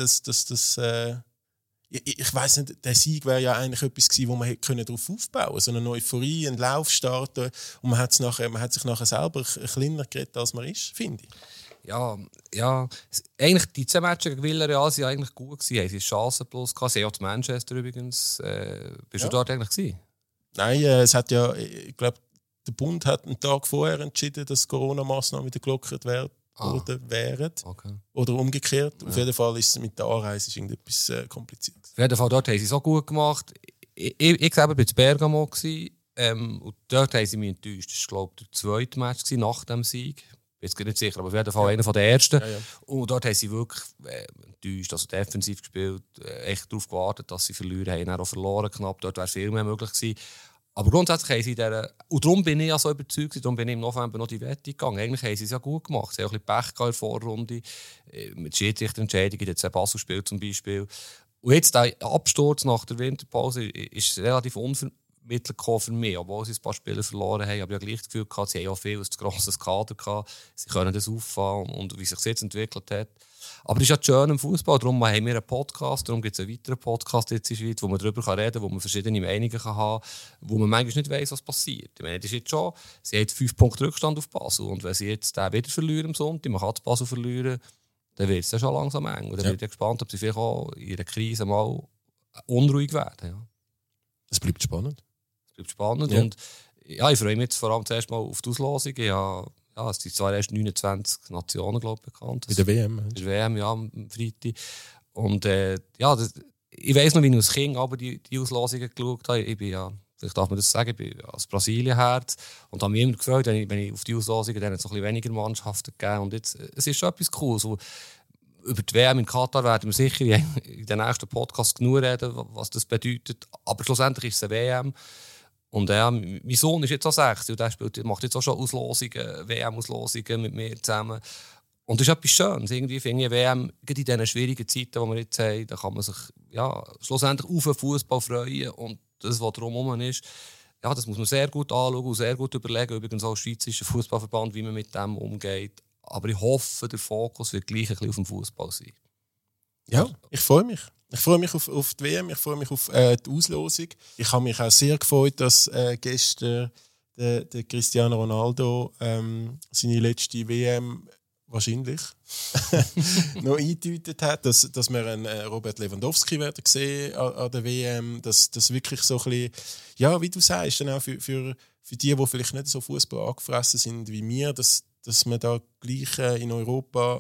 ich weiss nicht, der Sieg wäre ja eigentlich etwas gewesen, wo man darauf aufbauen konnte. So eine Euphorie, einen Lauf starten. Und man hat sich nachher selber kleiner geredet, als man ist, finde ich. Ja. Eigentlich die 10 Matches gegen Villarreal waren eigentlich gut gewesen. Sie hatten Chancen plus gehabt. Sie haben auch zu Manchester übrigens. Bist du dort eigentlich gewesen? Nein, es hat ja, ich glaube, der Bund hat einen Tag vorher entschieden, dass Corona-Massnahmen wieder gelockert wären. Okay. Oder umgekehrt. Ja. Auf jeden Fall ist es mit der Anreise irgendetwas kompliziert. Auf jeden Fall, dort haben sie es auch gut gemacht. Ich selber war in Bergamo und dort haben sie mich enttäuscht. Das war, glaube ich, der 2. Match nach dem Sieg. Ich bin jetzt nicht sicher, aber auf jeden Fall einer der ersten. Ja. Und dort haben sie wirklich enttäuscht, also defensiv gespielt, echt darauf gewartet, dass sie verlieren haben. Dann auch verloren knapp. Dort wäre viel mehr möglich gewesen. Aber grundsätzlich haben sie und darum bin ich ja so überzeugt, darum bin ich im November noch die Wette gegangen. Eigentlich haben sie es ja gut gemacht. Sie haben auch ein bisschen Pech in der Vorrunde, mit Schiedsrichterentscheidungen, in der Basel-Spiel zum Beispiel. Und jetzt der Absturz nach der Winterpause ist relativ unvermittelt für mich, obwohl sie ein paar Spiele verloren haben. Aber ich habe gleich das Gefühl gehabt, sie haben auch viel ein grosses Kader gehabt. Sie können das auffahren und wie sich das jetzt entwickelt hat. Aber das ist ja schön im Fußball. Darum haben wir einen Podcast, darum gibt es einen weiteren Podcast jetzt in der Schweiz, wo man darüber reden kann, wo man verschiedene Meinungen kann haben kann, wo man manchmal nicht weiss, was passiert. Ich meine, das ist jetzt schon, sie haben 5 Punkte Rückstand auf Basel. Und wenn sie jetzt den wieder verlieren am Sonntag, man kann das Basel verlieren, dann wird es ja schon langsam eng. Und dann bin ich gespannt, ob sie vielleicht auch in einer Krise mal unruhig werden. Ja. Es bleibt spannend. Ja. Und ja, ich freue mich jetzt vor allem zuerst mal auf die Auslosung. Es sind zwar erst 29 Nationen, glaube ich, bekannt. Bei der WM. Bei der WM, ja, am Freitag. Und ich weiss noch, wie ich als Kind aber die Auslosungen geschaut habe. Ich bin ja, vielleicht darf man das sagen, ich bin als Brasilien-Herz. Und habe mich immer gefreut, wenn ich auf die Auslosungen, dann hat es noch ein bisschen weniger Mannschaften gegeben. Und jetzt, es ist schon etwas Cooles. Über die WM in Katar werden wir sicher in den nächsten Podcast genug reden, was das bedeutet. Aber schlussendlich ist es eine WM. Und mein Sohn ist jetzt auch 6 und der macht jetzt auch schon Auslosungen, WM-Auslosungen mit mir zusammen. Und das ist etwas Schönes. Irgendwie finde ich WM, gerade in diesen schwierigen Zeiten, die wir jetzt haben, da kann man sich schlussendlich auf den Fußball freuen. Und das, was drumherum ist, das muss man sehr gut anschauen und sehr gut überlegen. Übrigens auch als Schweizerischer Fußballverband, wie man mit dem umgeht. Aber ich hoffe, der Fokus wird gleich ein bisschen auf dem Fußball sein. Ja, ich freue mich. Ich freue mich auf die WM, ich freue mich auf die Auslosung. Ich habe mich auch sehr gefreut, dass gestern der Cristiano Ronaldo seine letzte WM wahrscheinlich noch eingedeutet hat, dass wir einen Robert Lewandowski werden sehen an der WM. Dass wirklich so ein bisschen, ja, wie du sagst, dann auch für die vielleicht nicht so Fußball angefressen sind wie wir, dass wir da gleich in Europa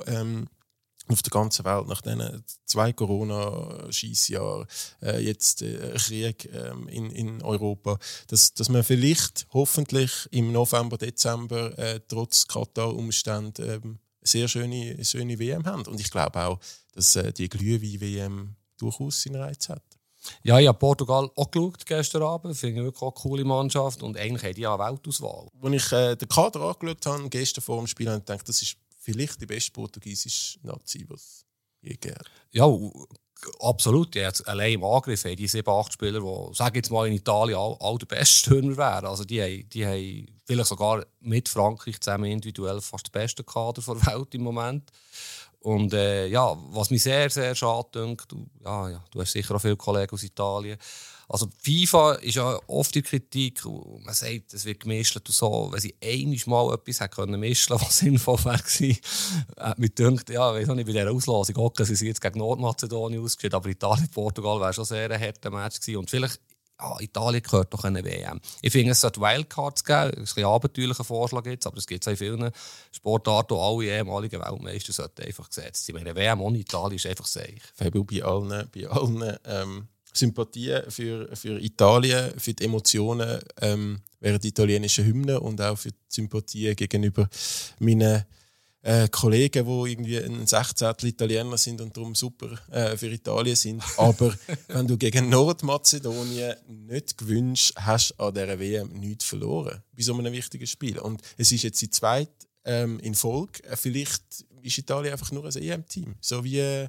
auf der ganzen Welt nach diesen 2 Corona-Scheissjahren, jetzt Krieg in Europa, dass wir vielleicht hoffentlich im November, Dezember trotz Katar-Umständen sehr schöne WM haben. Und ich glaube auch, dass die Glühwein-WM durchaus seinen Reiz hat. Ja, ich habe Portugal auch geschaut gestern Abend. Finde ich wirklich auch eine coole Mannschaft. Und eigentlich haben die ja eine Weltauswahl. Als ich den Kader angeschaut habe, gestern vor dem Spiel, habe ich gedacht, das ist vielleicht die beste portugiesische Nazi, die es je gegeben. Ja, absolut. Jetzt allein im Angriff haben die 7-8 Spieler, die, sage jetzt mal, in Italien all der beste Stürmer wären. Also die haben vielleicht sogar mit Frankreich zusammen individuell fast den besten Kader der Welt im Moment. Und was mich sehr, sehr schade dünkt, du hast sicher auch viele Kollegen aus Italien. Also FIFA ist ja oft in Kritik, und man sagt, es wird gemischt und so. Wenn sie einmal etwas hätten mischen können, was sinnvoll wäre gewesen, mir dünkt, weiss nicht, bei dieser Auslosung, okay, sie sind jetzt gegen Nordmazedonien ausgeschieden, aber Italien-Portugal wäre schon sehr ein harter Match gewesen. Und vielleicht, Italien gehört doch eine WM. Ich finde, es sollte Wildcards geben. Das ist ein bisschen abenteuerlicher Vorschlag jetzt, aber es gibt es in vielen Sportarten, wo alle ehemaligen Weltmeister sollten einfach gesetzt sein. Eine WM ohne Italien ist einfach safe. Fabio, bei allen Sympathie für Italien, für die Emotionen während der italienischen Hymne und auch für die Sympathie gegenüber meinen Kollegen, die irgendwie ein 16. Italiener sind und darum super für Italien sind. Aber wenn du gegen Nordmazedonien nicht gewinnst, hast du an dieser WM nichts verloren. Bei so einem wichtigen Spiel. Und es ist jetzt die zweite in Folge. Vielleicht ist Italien einfach nur ein EM-Team. So wie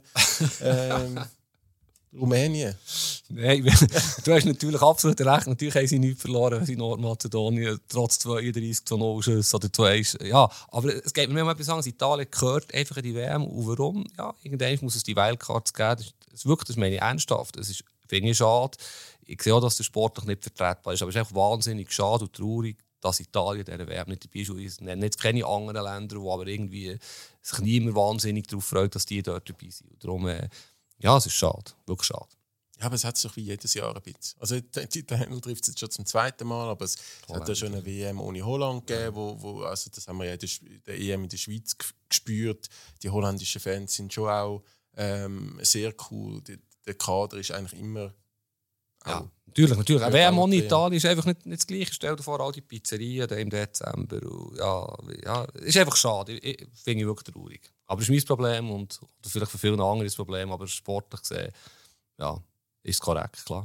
Rumänien. Nein, du hast natürlich absolut recht. Natürlich haben sie nichts verloren, wenn sie Nordmazedonien trotz 32-0 Schüsse oder 2. Ja, aber es geht mir mehr etwas sagen, Italien gehört einfach in die WM. Und warum? Ja, irgendwann muss es die Wildcards geben. Das meine ich ernsthaft. Das ist, finde ich, schade. Ich sehe auch, dass der Sport noch nicht vertretbar ist. Aber es ist einfach wahnsinnig schade und traurig, dass Italien dieser WM nicht dabei ist. Es nennen jetzt keine anderen Länder, wo aber irgendwie sich niemand wahnsinnig darauf freut, dass die dort dabei sind. Und darum, ja, es ist schade. Wirklich schade. Ja, aber es hat es doch wie jedes Jahr ein bisschen. Also der Händel trifft es jetzt schon zum zweiten Mal, aber es hat ja schon eine WM ohne Holland gegeben, wo also das haben wir ja in der EM in der Schweiz gespürt. Die holländischen Fans sind schon auch sehr cool. Der Kader ist eigentlich immer... Ja, natürlich. Eine WM ohne Italien ist einfach nicht das Gleiche. Stell dir vor, all die Pizzerien im Dezember. Und ja, ist einfach schade. Finde ich wirklich traurig. Aber es ist mein Problem und oder vielleicht für viele andere das Problem, aber sportlich gesehen, ja, ist es korrekt, klar.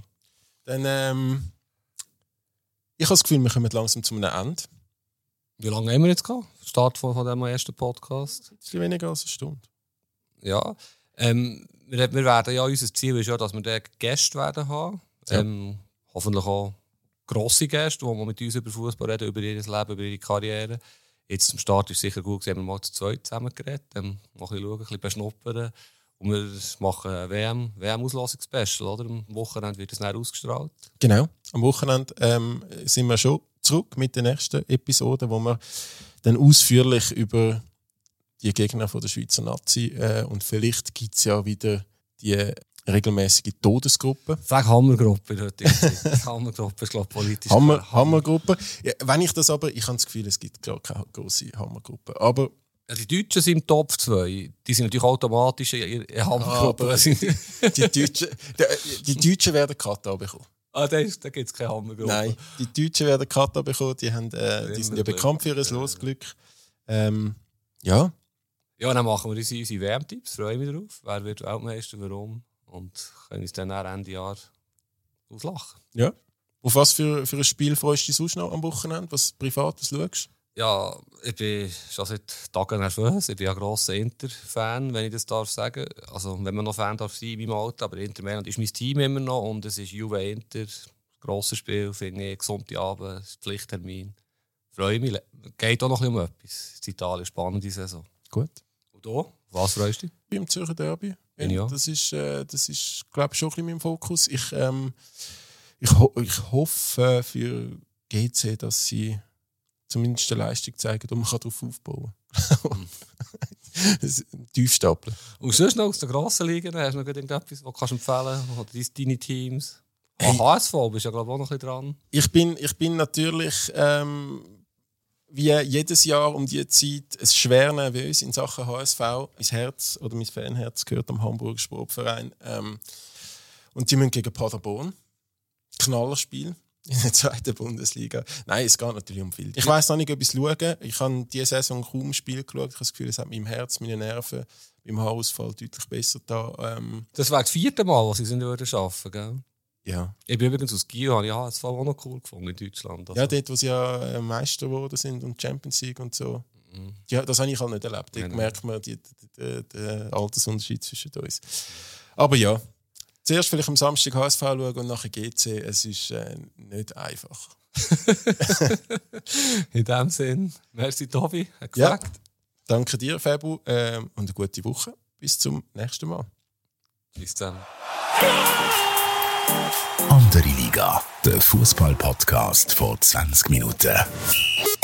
Dann, ich habe das Gefühl, wir kommen langsam zu einem Ende. Wie lange haben wir jetzt gehabt? Start von diesem ersten Podcast? Ein bisschen weniger als eine Stunde. Ja. Wir werden ja, unser Ziel ist ja, dass wir da Gäste werden haben. Ja. Hoffentlich auch grosse Gäste, die mit uns über Fußball reden, über ihr Leben, über ihre Karriere. Jetzt zum Start ist es sicher gut, haben wir mal zu zweit zusammen geredet. Mal ein bisschen schauen, ein bisschen beschnuppern. Und wir machen ein WM-Auslosungsspecial, oder? Am Wochenende wird es dann ausgestrahlt. Genau. Am Wochenende sind wir schon zurück mit der nächsten Episode, wo wir dann ausführlich über die Gegner von der Schweizer Nazi und vielleicht gibt es ja wieder die regelmäßige Todesgruppe. Sag Hammergruppe in der heutigen Zeit. Hammergruppe ist, glaube ich, politisch. Hammergruppe. Ja, wenn ich das aber, ich habe das Gefühl, es gibt gar keine grosse Hammergruppe. Aber ja, die Deutschen sind im Top 2. Die sind natürlich automatisch in Hammergruppe. Die Deutschen werden Katar bekommen. Da gibt es keine Hammergruppe. Nein, die Deutschen werden Katar bekommen. Die sind ja bekannt für ihr Losglück. Ja. Ja, dann machen wir unsere WM-Tipps. Freue mich drauf. Wer wird Weltmeister, warum? Und können uns dann Ende Jahr auslachen. Ja. Auf was für ein Spiel freust du dich sonst noch am Wochenende? Was Privates schaust? Ja, ich bin schon seit Tagen nervös. Ich bin ein grosser Inter-Fan, wenn ich das darf sagen. Also, wenn man noch Fan darf sein in meinem Alter. Aber Inter Mailand ist mein Team immer noch. Und es ist Juve-Inter. Grosses Spiel, finde ich. Sonntagabend, Pflichttermin. Freue mich. Geht auch noch ein bisschen um etwas. Das ist Italien, spannende Saison. Gut. Und du? Was freust du dich? Beim Zürcher Derby. Ja. Das ist glaube ich, schon ein bisschen mein Fokus. Ich hoffe für GC, dass sie zumindest eine Leistung zeigen und man kann darauf aufbauen. Tiefstapeln. Und sonst noch aus der grossen Liga, hast du noch irgendetwas, was du empfehlen kannst? Oder deine Teams? Hey. HSV bist du ja, glaube ich, auch noch ein bisschen dran. Ich bin natürlich wie jedes Jahr um diese Zeit schwer nervös in Sachen HSV. Mein Herz oder mein Fanherz gehört am Hamburger Sportverein. Und die müssen gegen Paderborn. Knallerspiel in der 2. Bundesliga. Nein, es geht natürlich um viel. Ich weiss noch nicht, ob ich es schaue. Ich habe diese Saison kaum Spiel geschaut. Ich habe das Gefühl, es hat meinem Herz, meinen Nerven beim Haarausfall deutlich besser da. Das wäre das 4. Mal, was sie es nicht schaffen, gell? Ja. Ich bin übrigens aus Gio, habe ich HSV auch noch cool gefunden in Deutschland. Also. Ja, dort, wo sie ja Meister geworden sind und Champions League und so. Mhm. Ja, das habe ich halt nicht erlebt. Da merkt man den Altersunterschied zwischen uns. Aber ja, zuerst vielleicht am Samstag HSV schauen und nachher GC. Es ist nicht einfach. In dem Sinn, merci Tobi, hat gefragt. Ja, danke dir, Fabu, und eine gute Woche. Bis zum nächsten Mal. Bis dann. Andere Liga, der Fußball-Podcast vor 20 Minuten.